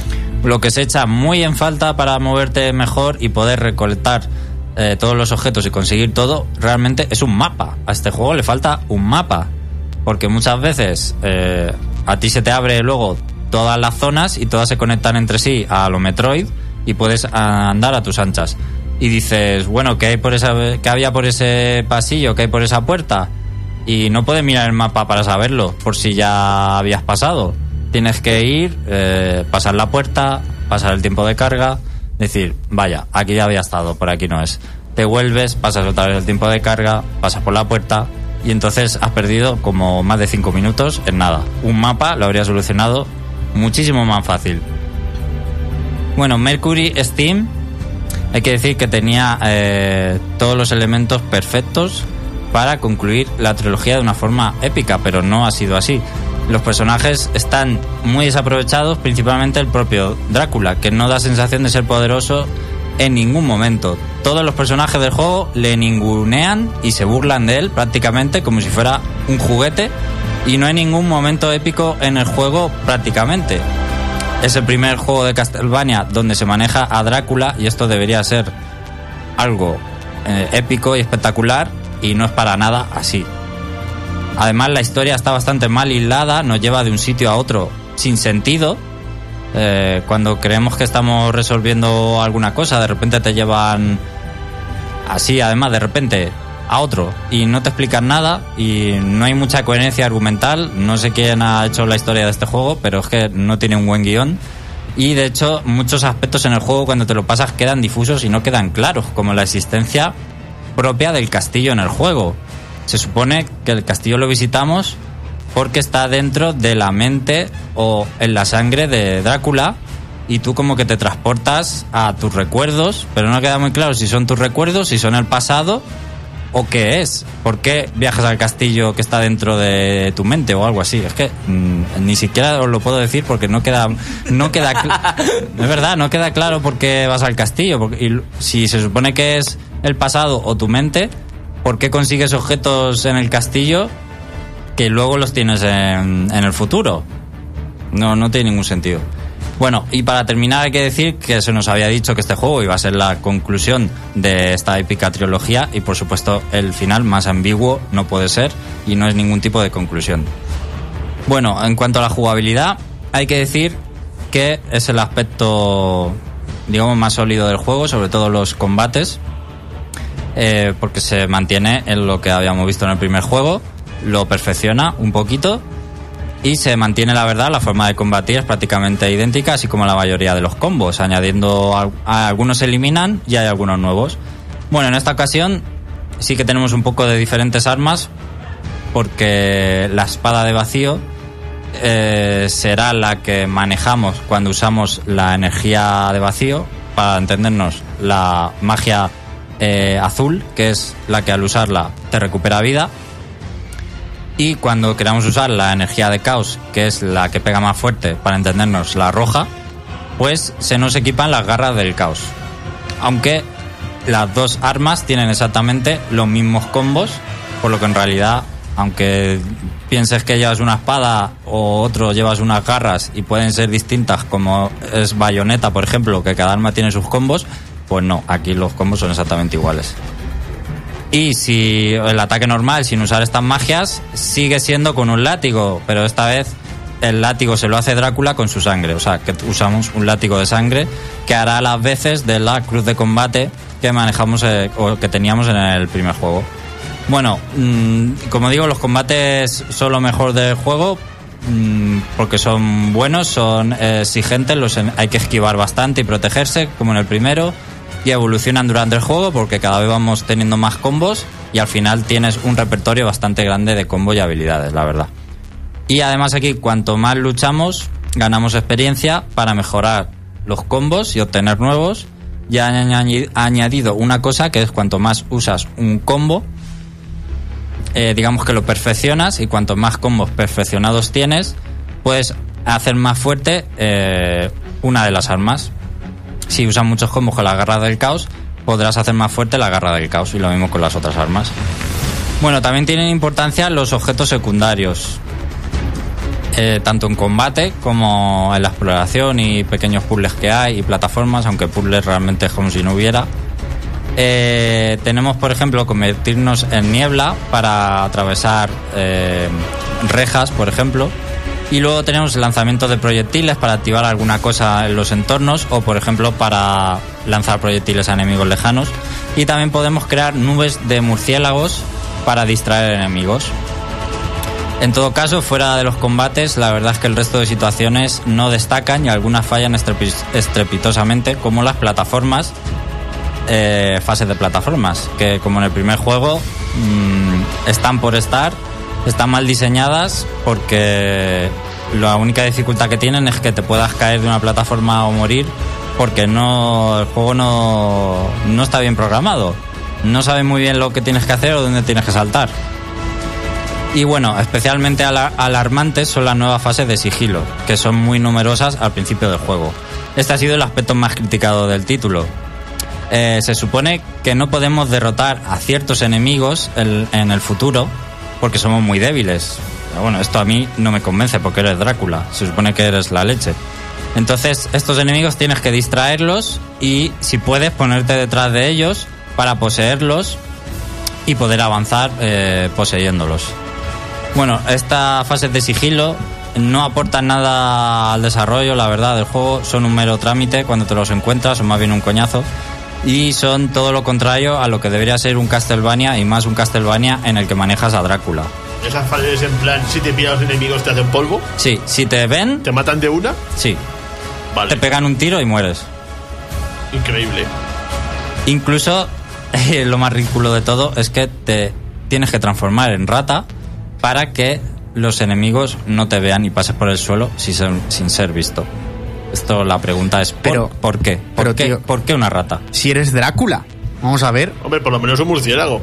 Lo que se echa muy en falta para moverte mejor y poder recolectar eh, todos los objetos y conseguir todo, realmente es un mapa. A este juego le falta un mapa, porque muchas veces eh, a ti se te abre luego todas las zonas y todas se conectan entre sí a lo Metroid y puedes andar a tus anchas. Y dices, bueno, ¿qué hay por esa, qué había por ese pasillo? ¿Qué hay por esa puerta? Y no puedes mirar el mapa para saberlo, por si ya habías pasado. Tienes que ir, eh, pasar la puerta, pasar el tiempo de carga, decir, vaya, aquí ya había estado, por aquí no es. Te vuelves, pasas otra vez el tiempo de carga, pasas por la puerta y entonces has perdido como más de cinco minutos en nada. Un mapa lo habría solucionado muchísimo más fácil. Bueno, Mercury Steam, hay que decir que tenía eh, todos los elementos perfectos para concluir la trilogía de una forma épica, pero no ha sido así. Los personajes están muy desaprovechados, principalmente el propio Drácula, que no da sensación de ser poderoso en ningún momento. Todos los personajes del juego le ningunean y se burlan de él prácticamente como si fuera un juguete, y no hay ningún momento épico en el juego prácticamente. Es el primer juego de Castlevania donde se maneja a Drácula y esto debería ser algo eh, épico y espectacular, y no es para nada así. Además, la historia está bastante mal hilada, nos lleva de un sitio a otro sin sentido. Eh, cuando creemos que estamos resolviendo alguna cosa, de repente te llevan así, además de repente a otro, y no te explican nada y no hay mucha coherencia argumental. No sé quién ha hecho la historia de este juego, pero es que no tiene un buen guión, y de hecho muchos aspectos en el juego cuando te lo pasas quedan difusos y no quedan claros, como la existencia propia del castillo en el juego. Se supone que el castillo lo visitamos porque está dentro de la mente o en la sangre de Drácula, y tú como que te transportas a tus recuerdos, pero no queda muy claro si son tus recuerdos, si son el pasado o qué es. ¿Por qué viajas al castillo que está dentro de tu mente o algo así? Es que mmm, ni siquiera os lo puedo decir porque no queda no queda cl- es verdad, no queda claro por qué vas al castillo, porque, y si se supone que es el pasado o tu mente, ¿por qué consigues objetos en el castillo que luego los tienes en, en el futuro? No, no tiene ningún sentido. Bueno, y para terminar hay que decir que se nos había dicho que este juego iba a ser la conclusión de esta épica trilogía, y por supuesto el final más ambiguo no puede ser y no es ningún tipo de conclusión. Bueno, en cuanto a la jugabilidad, hay que decir que es el aspecto, digamos, más sólido del juego, sobre todo los combates, eh, porque se mantiene en lo que habíamos visto en el primer juego, lo perfecciona un poquito Y se mantiene, la verdad, la forma de combatir es prácticamente idéntica, así como la mayoría de los combos, añadiendo a, a algunos se eliminan y hay algunos nuevos. Bueno, en esta ocasión sí que tenemos un poco de diferentes armas, porque la espada de vacío eh, será la que manejamos cuando usamos la energía de vacío, para entendernos la magia eh, azul, que es la que al usarla te recupera vida. Y cuando queramos usar la energía de caos, que es la que pega más fuerte, para entendernos la roja, pues se nos equipan las garras del caos. Aunque las dos armas tienen exactamente los mismos combos, por lo que en realidad, aunque pienses que llevas una espada o otro llevas unas garras y pueden ser distintas, como es Bayonetta, por ejemplo, que cada arma tiene sus combos, pues no, aquí los combos son exactamente iguales. Y si el ataque normal, sin usar estas magias, sigue siendo con un látigo, pero esta vez el látigo se lo hace Drácula con su sangre. O sea, que usamos un látigo de sangre que hará las veces de la cruz de combate que manejamos eh, o que teníamos en el primer juego. Bueno, mmm, como digo, los combates son lo mejor del juego, mmm, porque son buenos, son eh, exigentes, los en- hay que esquivar bastante y protegerse, como en el primero. Y evolucionan durante el juego porque cada vez vamos teniendo más combos y al final tienes un repertorio bastante grande de combos y habilidades, la verdad. Y además aquí, cuanto más luchamos, ganamos experiencia para mejorar los combos y obtener nuevos. Ya han añadi- añadido una cosa, que es cuanto más usas un combo, eh, digamos que lo perfeccionas, y cuanto más combos perfeccionados tienes, puedes hacer más fuerte eh, una de las armas. Si usas muchos combos con la garra del caos, podrás hacer más fuerte la garra del caos, y lo mismo con las otras armas. Bueno, también tienen importancia los objetos secundarios, eh, tanto en combate como en la exploración y pequeños puzzles que hay y plataformas, aunque puzzles realmente es como si no hubiera. Eh, tenemos, por ejemplo, convertirnos en niebla para atravesar eh, rejas, por ejemplo. Y luego tenemos el lanzamiento de proyectiles para activar alguna cosa en los entornos, o por ejemplo para lanzar proyectiles a enemigos lejanos. Y también podemos crear nubes de murciélagos para distraer enemigos. En todo caso, fuera de los combates, la verdad es que el resto de situaciones no destacan y algunas fallan estrepi- estrepitosamente, como las plataformas, eh, fases de plataformas, que como en el primer juego mmm, están por estar. Están mal diseñadas porque la única dificultad que tienen es que te puedas caer de una plataforma o morir, porque no, el juego no, no está bien programado. No sabe muy bien lo que tienes que hacer o dónde tienes que saltar. Y bueno, especialmente ala- alarmantes son las nuevas fases de sigilo, que son muy numerosas al principio del juego. Este ha sido el aspecto más criticado del título. Eh, se supone que no podemos derrotar a ciertos enemigos en, en el futuro, porque somos muy débiles. Pero bueno, esto a mí no me convence porque eres Drácula. Se supone que eres la leche. Entonces, estos enemigos tienes que distraerlos y, si puedes, ponerte detrás de ellos para poseerlos y poder avanzar eh, poseyéndolos. Bueno, estas fases de sigilo no aportan nada al desarrollo, la verdad, del juego. Son un mero trámite cuando te los encuentras, o más bien un coñazo. Y son todo lo contrario a lo que debería ser un Castlevania, y más un Castlevania en el que manejas a Drácula. Esas fases en plan, si te pillan los enemigos te hacen polvo. Sí, si te ven, ¿Te matan de una? sí, Vale. te pegan un tiro y mueres. Increíble. Incluso, eh, lo más ridículo de todo es que te tienes que transformar en rata para que los enemigos no te vean y pases por el suelo sin ser, sin ser visto. Esto, la pregunta es, ¿por, Pero- ¿por qué? ¿Por, pero, qué? tío- ¿Por qué una rata? Si eres Drácula, vamos a ver. Hombre, por lo menos un murciélago.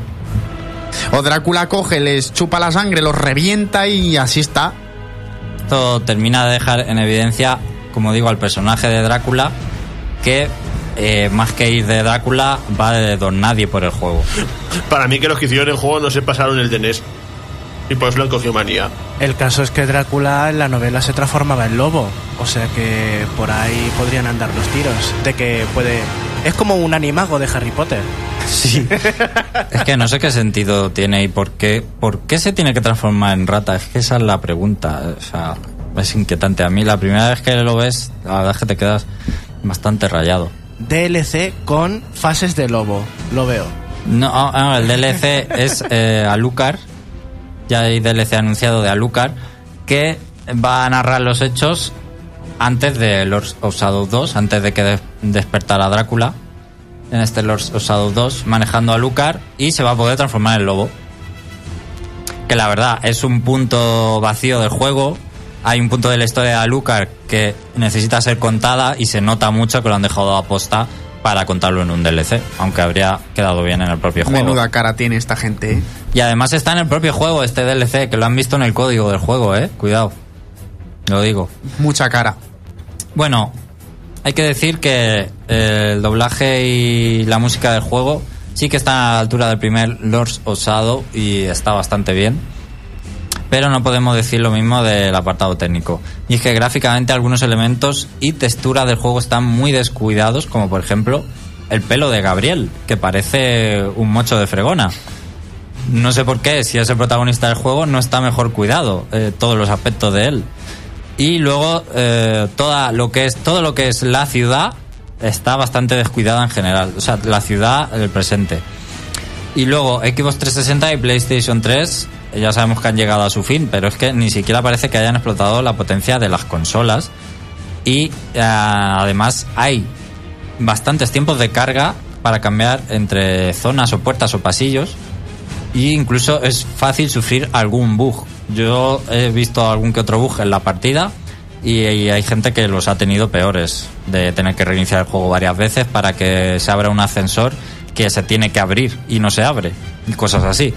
O Drácula coge, les chupa la sangre, los revienta y así está. Esto termina de dejar en evidencia, como digo, al personaje de Drácula, que eh, más que ir de Drácula va de don nadie por el juego. Para mí que los que hicieron el juego no se pasaron el de N E S. Y por eso le han cogido manía. El caso es que Drácula en la novela se transformaba en lobo, o sea que por ahí podrían andar los tiros, de que puede... Es como un animago de Harry Potter. Sí. Es que no sé qué sentido tiene y por qué, por qué se tiene que transformar en rata. Es que esa es la pregunta. O sea, es inquietante. A mí la primera vez que lo ves, la verdad es que te quedas bastante rayado. D L C con fases de lobo, lo veo. No, no, el D L C es eh, Alucard. Ya hay D L C anunciado de Alucard, que va a narrar los hechos antes de Lords of Shadow dos, antes de que de- despertara Drácula en este Lords of Shadow dos, manejando a Alucard, y se va a poder transformar en lobo. Que la verdad es un punto vacío del juego. Hay un punto de la historia de Alucard que necesita ser contada y se nota mucho que lo han dejado a posta para contarlo en un D L C, aunque habría quedado bien en el propio juego. Menuda cara tiene esta gente, ¿eh? Y además está en el propio juego este D L C, que lo han visto en el código del juego, eh. Cuidado. Lo digo. Mucha cara. Bueno, hay que decir que el doblaje y la música del juego sí que está a la altura del primer Lords of Shadow y está bastante bien. Pero no podemos decir lo mismo del apartado técnico. Y es que gráficamente algunos elementos y textura del juego están muy descuidados, como por ejemplo el pelo de Gabriel, que parece un mocho de fregona. No sé por qué, si es el protagonista del juego, no está mejor cuidado eh, todos los aspectos de él. Y luego eh, toda lo que es todo lo que es la ciudad está bastante descuidada en general. O sea, la ciudad, el presente. Y luego Xbox trescientos sesenta y PlayStation tres ya sabemos que han llegado a su fin, pero es que ni siquiera parece que hayan explotado la potencia de las consolas. Y eh, además hay bastantes tiempos de carga para cambiar entre zonas o puertas o pasillos, e incluso es fácil sufrir algún bug. Yo he visto algún que otro bug en la partida y, y hay gente que los ha tenido peores, de tener que reiniciar el juego varias veces para que se abra un ascensor que se tiene que abrir y no se abre, y cosas así.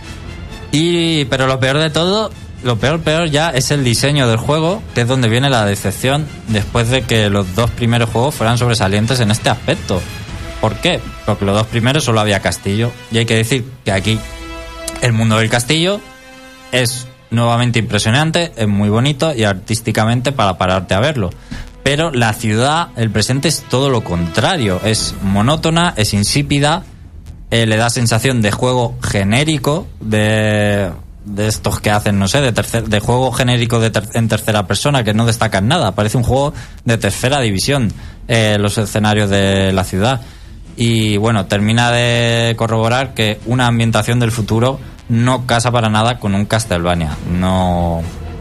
Y pero lo peor de todo, lo peor peor ya es el diseño del juego, que es donde viene la decepción después de que los dos primeros juegos fueran sobresalientes en este aspecto. ¿Por qué? Porque los dos primeros solo había castillo, y hay que decir que aquí el mundo del castillo es nuevamente impresionante, es muy bonito y artísticamente para pararte a verlo. Pero la ciudad, el presente, es todo lo contrario. Es monótona, es insípida, eh, le da sensación de juego genérico, de, de estos que hacen, no sé, de, tercer, de juego genérico de ter, en tercera persona, que no destacan nada. Parece un juego de tercera división, eh, los escenarios de la ciudad. Y bueno, termina de corroborar que una ambientación del futuro no casa para nada con un Castlevania. No,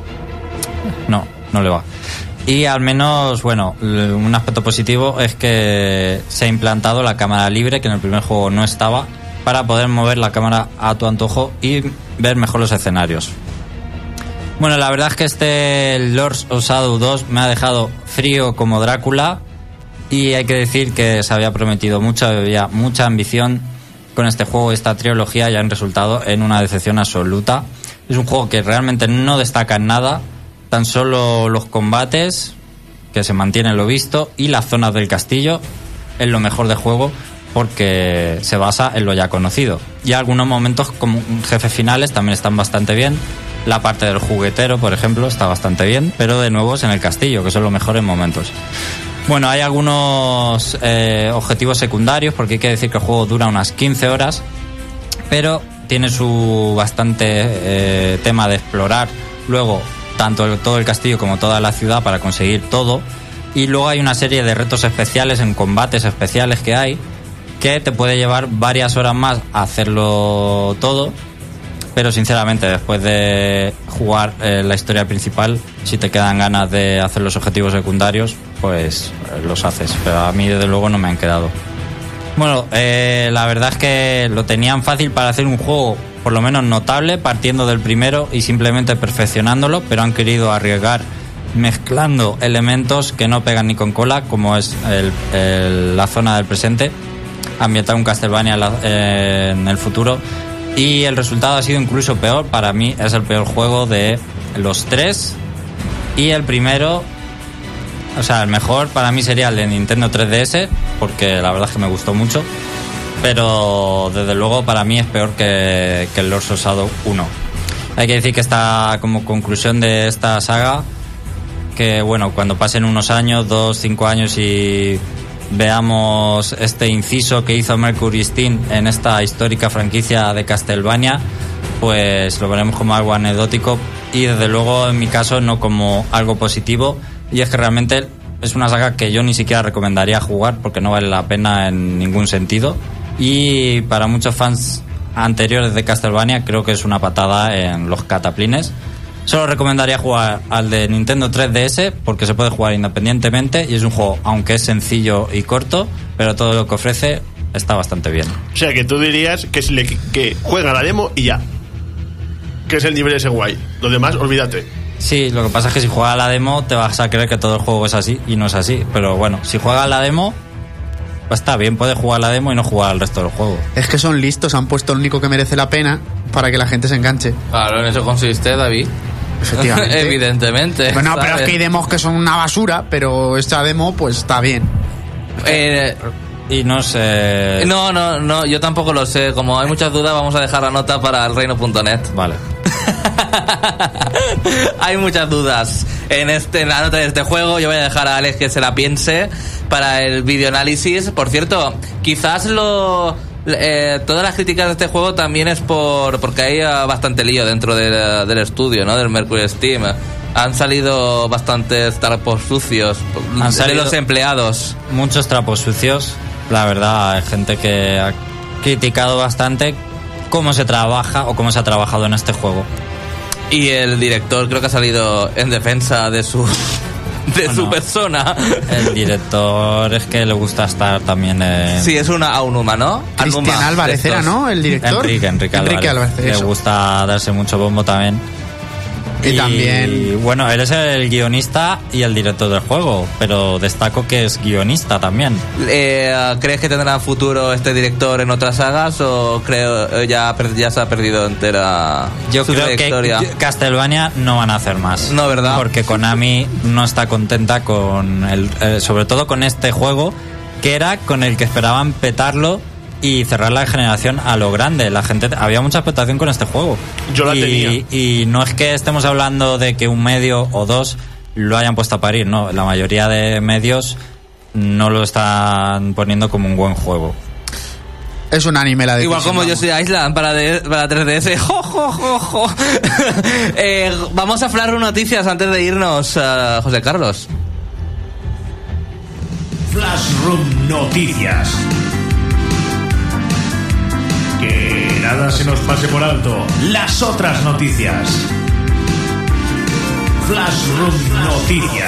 no, no le va. Y al menos, bueno, un aspecto positivo es que se ha implantado la cámara libre, que en el primer juego no estaba, para poder mover la cámara a tu antojo y ver mejor los escenarios. Bueno, la verdad es que este Lords of Shadow dos me ha dejado frío como Drácula, y hay que decir que se había prometido mucho, había mucha ambición con este juego, esta trilogía, y han resultado en una decepción absoluta. Es un juego que realmente no destaca en nada, tan solo los combates, que se mantienen lo visto, y las zonas del castillo es lo mejor del juego, porque se basa en lo ya conocido. Y algunos momentos como jefes finales también están bastante bien. La parte del juguetero, por ejemplo, está bastante bien, pero de nuevo es en el castillo, que son los mejores momentos. Bueno, hay algunos eh, objetivos secundarios, porque hay que decir que el juego dura unas quince horas, pero tiene su bastante eh, tema de explorar luego tanto el, todo el castillo como toda la ciudad para conseguir todo. Y luego hay una serie de retos especiales en combates especiales que hay, que te puede llevar varias horas más a hacerlo todo. Pero sinceramente, después de jugar eh, la historia principal, si te quedan ganas de hacer los objetivos secundarios, pues eh, los haces. Pero a mí desde luego no me han quedado. Bueno, eh, la verdad es que lo tenían fácil para hacer un juego por lo menos notable, partiendo del primero y simplemente perfeccionándolo, pero han querido arriesgar mezclando elementos que no pegan ni con cola, como es el, el, la zona del presente, ambientar un Castlevania en, la, eh, en el futuro. Y el resultado ha sido incluso peor. Para mí es el peor juego de los tres. Y el primero, o sea, el mejor para mí sería el de Nintendo tres D S, porque la verdad es que me gustó mucho. Pero desde luego para mí es peor que, que el Lords of Shadow uno. Hay que decir que esta, como conclusión de esta saga, que bueno, cuando pasen unos años, dos, cinco años, y veamos este inciso que hizo Mercury Steam en esta histórica franquicia de Castlevania, pues lo veremos como algo anecdótico, y desde luego en mi caso no como algo positivo. Y es que realmente es una saga que yo ni siquiera recomendaría jugar, porque no vale la pena en ningún sentido, y para muchos fans anteriores de Castlevania creo que es una patada en los cataplines. Solo recomendaría jugar al de Nintendo tres D S porque se puede jugar independientemente y es un juego, aunque es sencillo y corto, pero todo lo que ofrece está bastante bien. O sea, que tú dirías que, si le, que juega la demo y ya. Que es el nivel ese guay. Lo demás, olvídate. Sí, lo que pasa es que si juegas la demo te vas a creer que todo el juego es así y no es así. Pero bueno, si juegas la demo, pues está bien, puedes jugar la demo y no jugar al resto del juego. Es que son listos, han puesto el único que merece la pena para que la gente se enganche. Claro, en eso consiste, David. Efectivamente. Evidentemente. Bueno, ¿sabes? pero es que hay demos que son una basura, pero esta demo pues está bien. Eh, Y no sé... no, no, no, yo tampoco lo sé. Como hay muchas dudas, vamos a dejar la nota para el reino punto net. Vale. Hay muchas dudas en, este, en la nota de este juego. Yo voy a dejar a Alex que se la piense para el videoanálisis. Por cierto, quizás lo... Eh, todas las críticas de este juego también es por porque hay uh, bastante lío dentro de, del estudio, ¿no? Del Mercury Steam. Han salido bastantes trapos sucios. Han de salido los empleados. Muchos trapos sucios. La verdad, hay gente que ha criticado bastante cómo se trabaja o cómo se ha trabajado en este juego. Y el director creo que ha salido en defensa de su de Bueno, su persona. El director es que le gusta estar también en... Sí, es una Aonuma, ¿no? Cristian Aonuma, Álvarez de era, estos. ¿no? El director. Enrique, Enrique Álvarez. Enrique Álvarez, le eso. gusta darse mucho bombo también. Y también- Bueno, él es el guionista y el director del juego, pero destaco que es guionista también. Eh, ¿Crees que tendrá futuro este director en otras sagas o creo eh, ya, per- ya se ha perdido entera Yo su creo trayectoria? que Castlevania no van a hacer más. No, ¿verdad? Porque Konami no está contenta con el, eh, sobre todo con este juego, que era con el que esperaban petarlo y cerrar la generación a lo grande. La gente, había mucha expectación con este juego. Yo la y, tenía. Y no es que estemos hablando de que un medio o dos lo hayan puesto a parir, no. La mayoría de medios no lo están poniendo como un buen juego. Es un anime la Igual decisión, como yo vamos. soy Island para, de, para tres D S. Jo, jo, jo, jo. eh, vamos a hablar de noticias antes de irnos, uh, José Carlos. Flashroom Noticias. Que nada se nos pase por alto. Las otras noticias. Flashroom Noticias.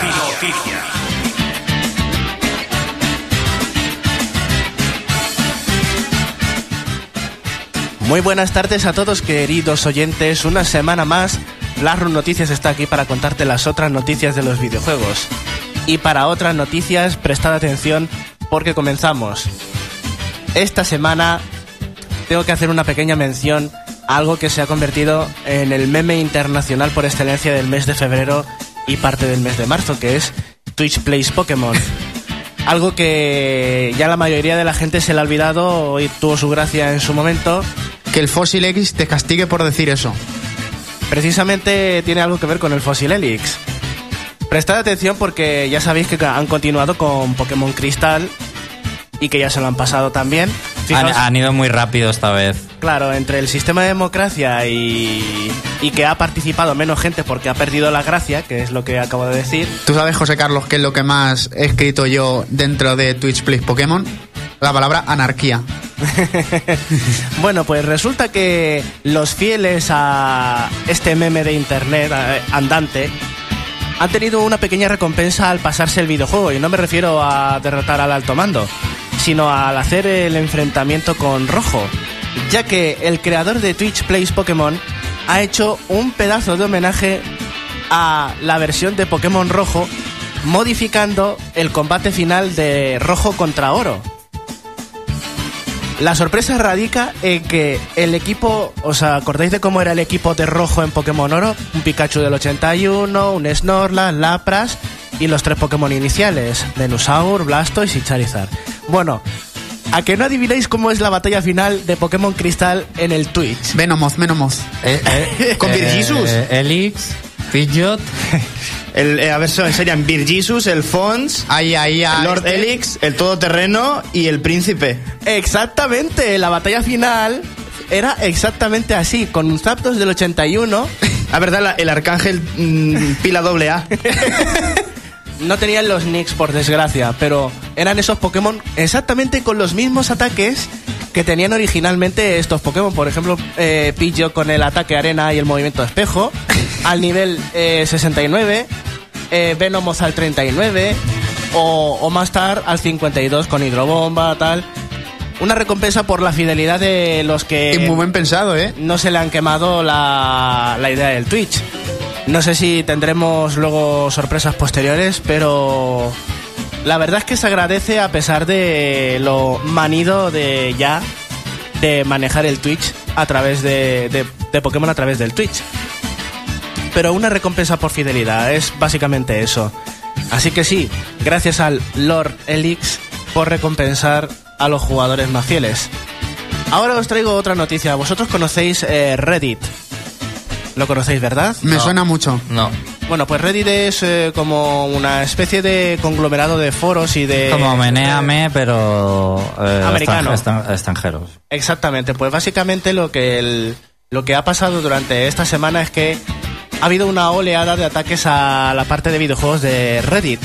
Muy buenas tardes a todos, queridos oyentes. Una semana más, Flashroom Noticias está aquí para contarte las otras noticias de los videojuegos. Y para otras noticias, prestad atención porque comenzamos. Esta semana tengo que hacer una pequeña mención a algo que se ha convertido en el meme internacional por excelencia del mes de febrero y parte del mes de marzo, que es Twitch Plays Pokémon. Algo que ya la mayoría de la gente se le ha olvidado y tuvo su gracia en su momento. Que el Fossil X te castigue por decir eso. Precisamente tiene algo que ver con el Fossil Helix. Prestad atención porque ya sabéis que han continuado con Pokémon Cristal y que ya se lo han pasado también. Han, Fijaos, han ido muy rápido esta vez. claro, entre el sistema de democracia y, y que ha participado menos gente porque ha perdido la gracia, que es lo que acabo de decir. ¿Tú sabes, José Carlos, qué es lo que más he escrito yo dentro de Twitch Plays Pokémon? La palabra anarquía. Bueno, pues resulta que los fieles a este meme de internet eh, andante han tenido una pequeña recompensa al pasarse el videojuego, y no me refiero a derrotar al alto mando, sino al hacer el enfrentamiento con Rojo, ya que el creador de Twitch Plays Pokémon ha hecho un pedazo de homenaje a la versión de Pokémon Rojo, modificando el combate final de Rojo contra Oro. La sorpresa radica en que el equipo, ¿os acordáis de cómo era el equipo de Rojo en Pokémon Oro? Un Pikachu del ochenta y uno, un Snorlax, Lapras y los tres Pokémon iniciales, Venusaur, Blastoise y Charizard. Bueno, ¿a que no adivináis cómo es la batalla final de Pokémon Cristal en el Twitch? Venomoth, Venomoth. Con Virgisus. Eh, Elix, Pidgeot. El, eh, a ver, son- serían Virgisus, el Fons, Ahí, ahí, ahí. el Lord Elix, el Todoterreno y el Príncipe. Exactamente, la batalla final era exactamente así, con un Zapdos del ochenta y uno. La verdad, la- el Arcángel mm, pila doble A. No tenían los nicks, por desgracia, pero eran esos Pokémon exactamente con los mismos ataques que tenían originalmente estos Pokémon. Por ejemplo, eh, Pidgeot con el ataque arena y el movimiento espejo, al nivel eh, sesenta y nueve, eh, Venomoth al treinta y nueve, o, o Mastar al cincuenta y dos con hidrobomba, tal. Una recompensa por la fidelidad de los que... Y muy buen pensado, ¿eh? No se le han quemado la, la idea del Twitch. No sé si tendremos luego sorpresas posteriores, pero la verdad es que se agradece a pesar de lo manido de ya de manejar el Twitch a través de, de, de Pokémon a través del Twitch. Pero una recompensa por fidelidad, es básicamente eso. Así que sí, gracias al Lord Elix por recompensar a los jugadores más fieles. Ahora os traigo otra noticia. Vosotros conocéis eh, Reddit. Lo conocéis, ¿verdad? Me No. suena mucho. No. Bueno, pues Reddit es eh, como una especie de conglomerado de foros y de... Como Menéame, pero eh, Americano. extran- extran- extranjeros. Exactamente, pues básicamente lo que el, lo que ha pasado durante esta semana es que ha habido una oleada de ataques a la parte de videojuegos de Reddit,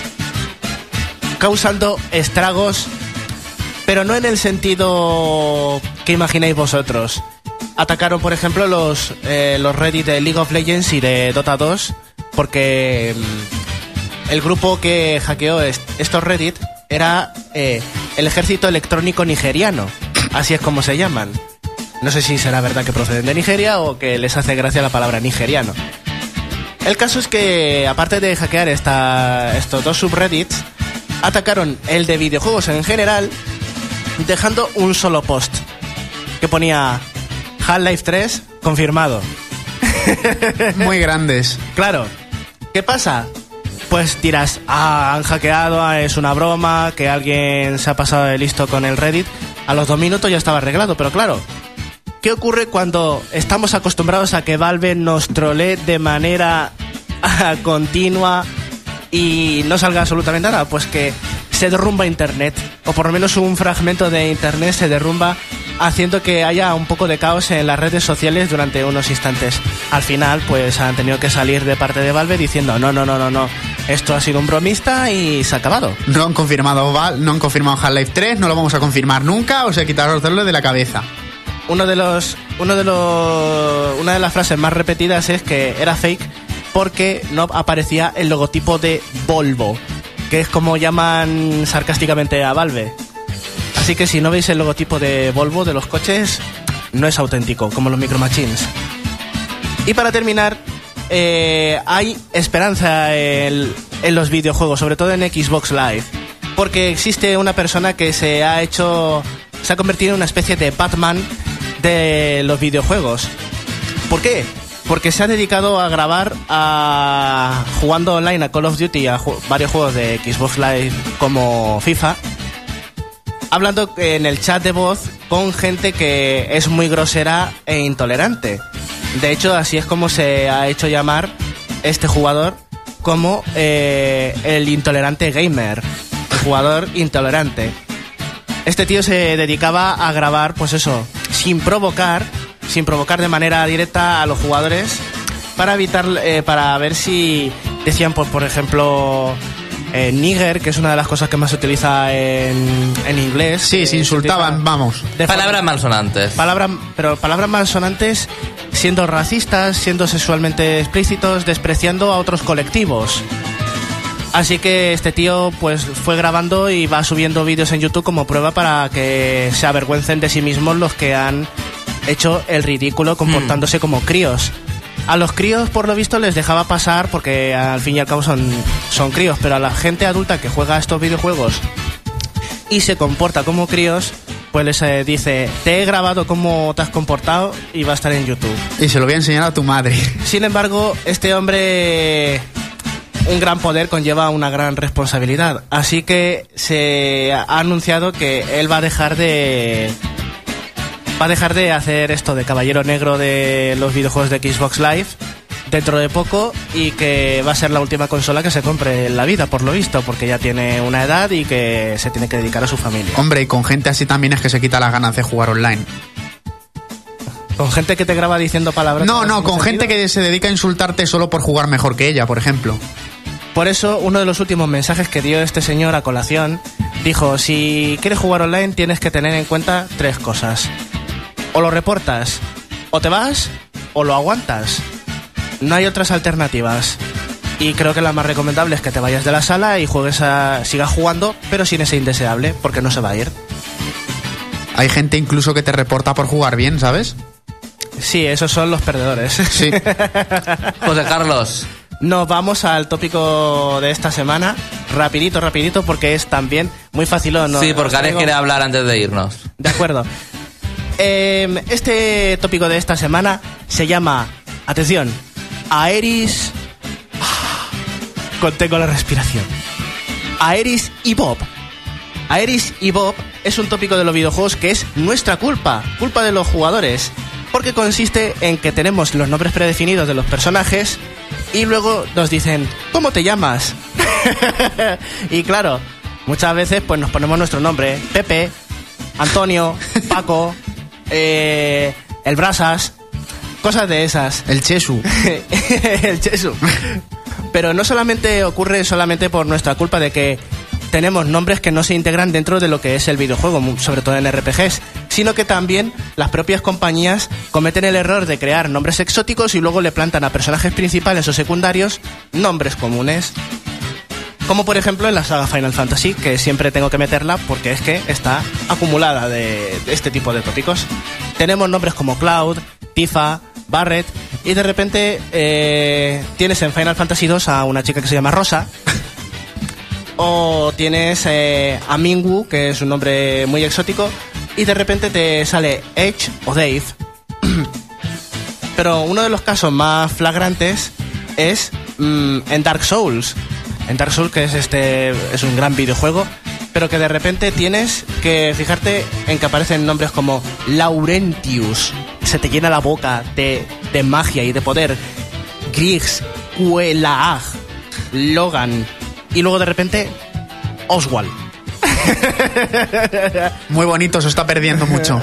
causando estragos, pero no en el sentido que imagináis vosotros. Atacaron, por ejemplo, los, eh, los Reddit de League of Legends y de Dota dos, porque mm, el grupo que hackeó est- estos Reddit era eh, el ejército electrónico nigeriano, así es como se llaman. No sé si será verdad que proceden de Nigeria o que les hace gracia la palabra nigeriano. El caso es que, aparte de hackear esta, estos dos subreddits, atacaron el de videojuegos en general, dejando un solo post que ponía Half-Life tres confirmado. Muy grandes. Claro, ¿qué pasa? Pues dirás, ah, han hackeado, ah, es una broma, que alguien se ha pasado de listo con el Reddit. A los dos minutos ya estaba arreglado, pero claro, ¿qué ocurre cuando estamos acostumbrados a que Valve nos trolee de manera ah, continua y no salga absolutamente nada? Pues que se derrumba Internet, o por lo menos un fragmento de Internet se derrumba, haciendo que haya un poco de caos en las redes sociales durante unos instantes. Al final, pues han tenido que salir de parte de Valve diciendo no, no, no, no, no, esto ha sido un bromista y se ha acabado. No han confirmado Val, no han confirmado Half-Life tres, no lo vamos a confirmar nunca, o sea, quitaros de la cabeza. Uno de los, uno de los, una de las frases más repetidas es que era fake porque no aparecía el logotipo de Volvo, que es como llaman sarcásticamente a Valve. Así que si no veis el logotipo de Volvo de los coches, no es auténtico, como los Micro Machines. Y para terminar, eh, hay esperanza en, en los videojuegos, sobre todo en Xbox Live, porque existe una persona que se ha hecho, se ha convertido en una especie de Batman de los videojuegos. ¿Por qué? Porque se ha dedicado a grabar a jugando online a Call of Duty y a ju- varios juegos de Xbox Live como FIFA, hablando en el chat de voz con gente que es muy grosera e intolerante. De hecho, así es como se ha hecho llamar este jugador, como eh, el intolerante gamer, el jugador intolerante. Este tío se dedicaba a grabar, pues eso, sin provocar, sin provocar de manera directa a los jugadores, para evitar, eh, para ver si decían, pues por ejemplo, eh, nigger, que es una de las cosas que más se utiliza en, en inglés. Sí, eh, se insultaban, utiliza vamos. de forma- Palabras malsonantes. Palabras, pero palabras malsonantes, siendo racistas, siendo sexualmente explícitos, despreciando a otros colectivos. Así que este tío pues fue grabando y va subiendo vídeos en YouTube como prueba para que se avergüencen de sí mismos los que han hecho el ridículo comportándose como críos. A los críos, por lo visto, les dejaba pasar porque al fin y al cabo son, son críos, pero a la gente adulta que juega a estos videojuegos y se comporta como críos, pues les eh, dice, te he grabado cómo te has comportado y va a estar en YouTube. Y se lo voy a enseñar a tu madre. Sin embargo, este hombre, un gran poder conlleva una gran responsabilidad, así que se ha anunciado que él va a dejar de va a dejar de hacer esto de caballero negro de los videojuegos de Xbox Live dentro de poco, y que va a ser la última consola que se compre en la vida, por lo visto, porque ya tiene una edad y que se tiene que dedicar a su familia. Hombre, y con gente así también es que se quita las ganas de jugar online. Con gente que te graba diciendo palabras. No, que no, tienen con gente sentido. que se dedica a insultarte solo por jugar mejor que ella, por ejemplo. Por eso, uno de los últimos mensajes que dio este señor a colación dijo, si quieres jugar online tienes que tener en cuenta tres cosas. O lo reportas, o te vas, o lo aguantas. No hay otras alternativas. Y creo que la más recomendable es que te vayas de la sala y juegues a, sigas jugando, pero sin ese indeseable, porque no se va a ir. Hay gente incluso que te reporta por jugar bien, ¿sabes? Sí, esos son los perdedores. Sí. José Carlos. Nos vamos al tópico de esta semana, rapidito, rapidito, porque es también muy fácil. ¿No? Sí, porque Alex traigo... quiere hablar antes de irnos. De acuerdo. Eh, este tópico de esta semana se llama, atención, Aeris... Contengo la respiración. Aeris y Bob. Aeris y Bob es un tópico de los videojuegos que es nuestra culpa, culpa de los jugadores, porque consiste en que tenemos los nombres predefinidos de los personajes y luego nos dicen, ¿cómo te llamas? Y claro, muchas veces pues nos ponemos nuestro nombre, Pepe, Antonio, Paco, eh, el Brasas, cosas de esas. El Chesu. El Chesu. Pero no solamente ocurre solamente por nuestra culpa de que tenemos nombres que no se integran dentro de lo que es el videojuego, sobre todo en R P Gs, sino que también las propias compañías cometen el error de crear nombres exóticos y luego le plantan a personajes principales o secundarios nombres comunes. Como por ejemplo en la saga Final Fantasy, que siempre tengo que meterla porque es que está acumulada de, de este tipo de tópicos. Tenemos nombres como Cloud, Tifa, Barret, y de repente eh, tienes en Final Fantasy dos a una chica que se llama Rosa, o tienes eh, a Mingwu, que es un nombre muy exótico, y de repente te sale Edge o Dave. Pero uno de los casos más flagrantes es mmm, en Dark Souls. En Dark Souls, que es este es un gran videojuego, pero que de repente tienes que fijarte en que aparecen nombres como Laurentius, se te llena la boca de, de magia y de poder, Griggs, Quelaag, Logan, y luego de repente Oswald. Muy bonito, se está perdiendo mucho.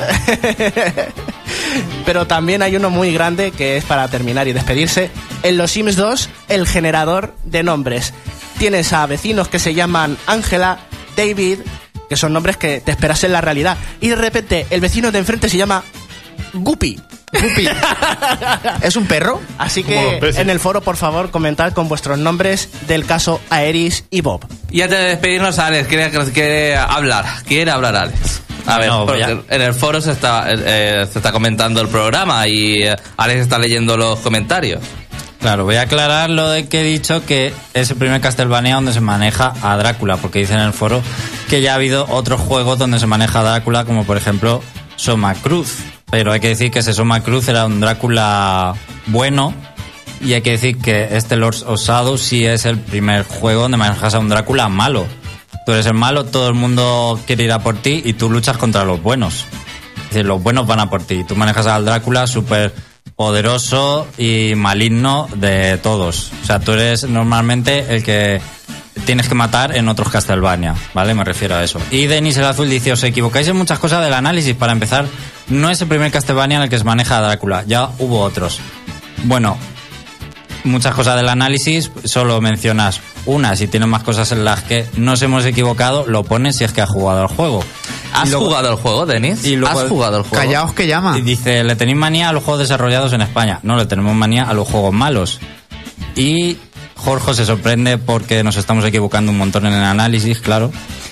Pero también hay uno muy grande que es para terminar y despedirse. En los Sims dos, el generador de nombres. Tienes a vecinos que se llaman Ángela, David, que son nombres que te esperas en la realidad. Y de repente el vecino de enfrente se llama Guppy. Guppy. ¿Es un perro? Así que en el foro, por favor, comentad con vuestros nombres del caso Aeris y Bob. Y antes de despedirnos, Alex quiere, quiere hablar. Quiere hablar, Alex. A ver, No, porque ya. en el foro se está, eh, se está comentando el programa y eh, Alex está leyendo los comentarios. Claro, voy a aclarar lo de que he dicho que es el primer Castlevania donde se maneja a Drácula, porque dice en el foro que ya ha habido otros juegos donde se maneja a Drácula, como por ejemplo Soma Cruz. Pero hay que decir que ese Soma Cruz era un Drácula bueno, y hay que decir que este Lords of Shadow sí es el primer juego donde manejas a un Drácula malo. Tú eres el malo, todo el mundo quiere ir a por ti y tú luchas contra los buenos. Es decir, los buenos van a por ti. Tú manejas al Drácula súper poderoso y maligno de todos. O sea, tú eres normalmente el que tienes que matar en otros Castlevania, ¿vale? Me refiero a eso. Y Denis el Azul dice, os equivocáis en muchas cosas del análisis. Para empezar, no es el primer Castlevania en el que se maneja a Drácula. Ya hubo otros. Bueno, muchas cosas del análisis, solo mencionas una. Si tienes más cosas en las que nos hemos equivocado, lo pones si es que has jugado al juego. ¿Has Y luego- jugado el juego, Denis? y luego- ¿Has jugado el juego? Callaos que llama. Y dice, le tenéis manía a los juegos desarrollados en España. No, le tenemos manía a los juegos malos. Y Jorge se sorprende porque nos estamos equivocando un montón en el análisis, claro.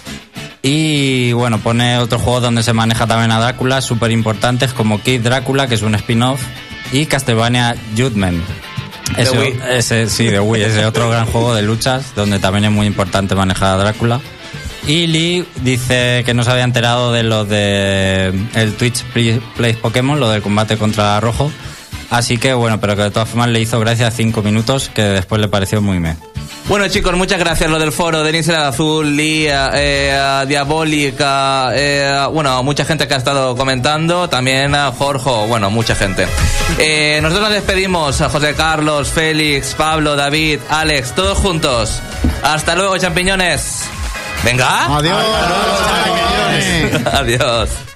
Y bueno, pone otros juegos donde se maneja también a Drácula, súper importantes, como Kid Drácula, que es un spin-off, y Castlevania Judgment. De Ese, Wii. ese, sí, de Wii, ese otro gran juego de luchas, donde también es muy importante manejar a Drácula. Y Lee dice que no se había enterado de lo de el Twitch Play- Plays Pokémon, lo del combate contra Rojo. Así que bueno, pero que de todas formas le hizo gracia a cinco minutos, que después le pareció muy meh. Bueno, chicos, muchas gracias. Lo del foro, Denis el Azul, Lía, eh, Diabólica, eh, bueno, mucha gente que ha estado comentando, también a Jorge, bueno, mucha gente. Eh, nosotros nos despedimos a José Carlos, Félix, Pablo, David, Alex, todos juntos. Hasta luego, champiñones. Venga. Adiós. Adiós.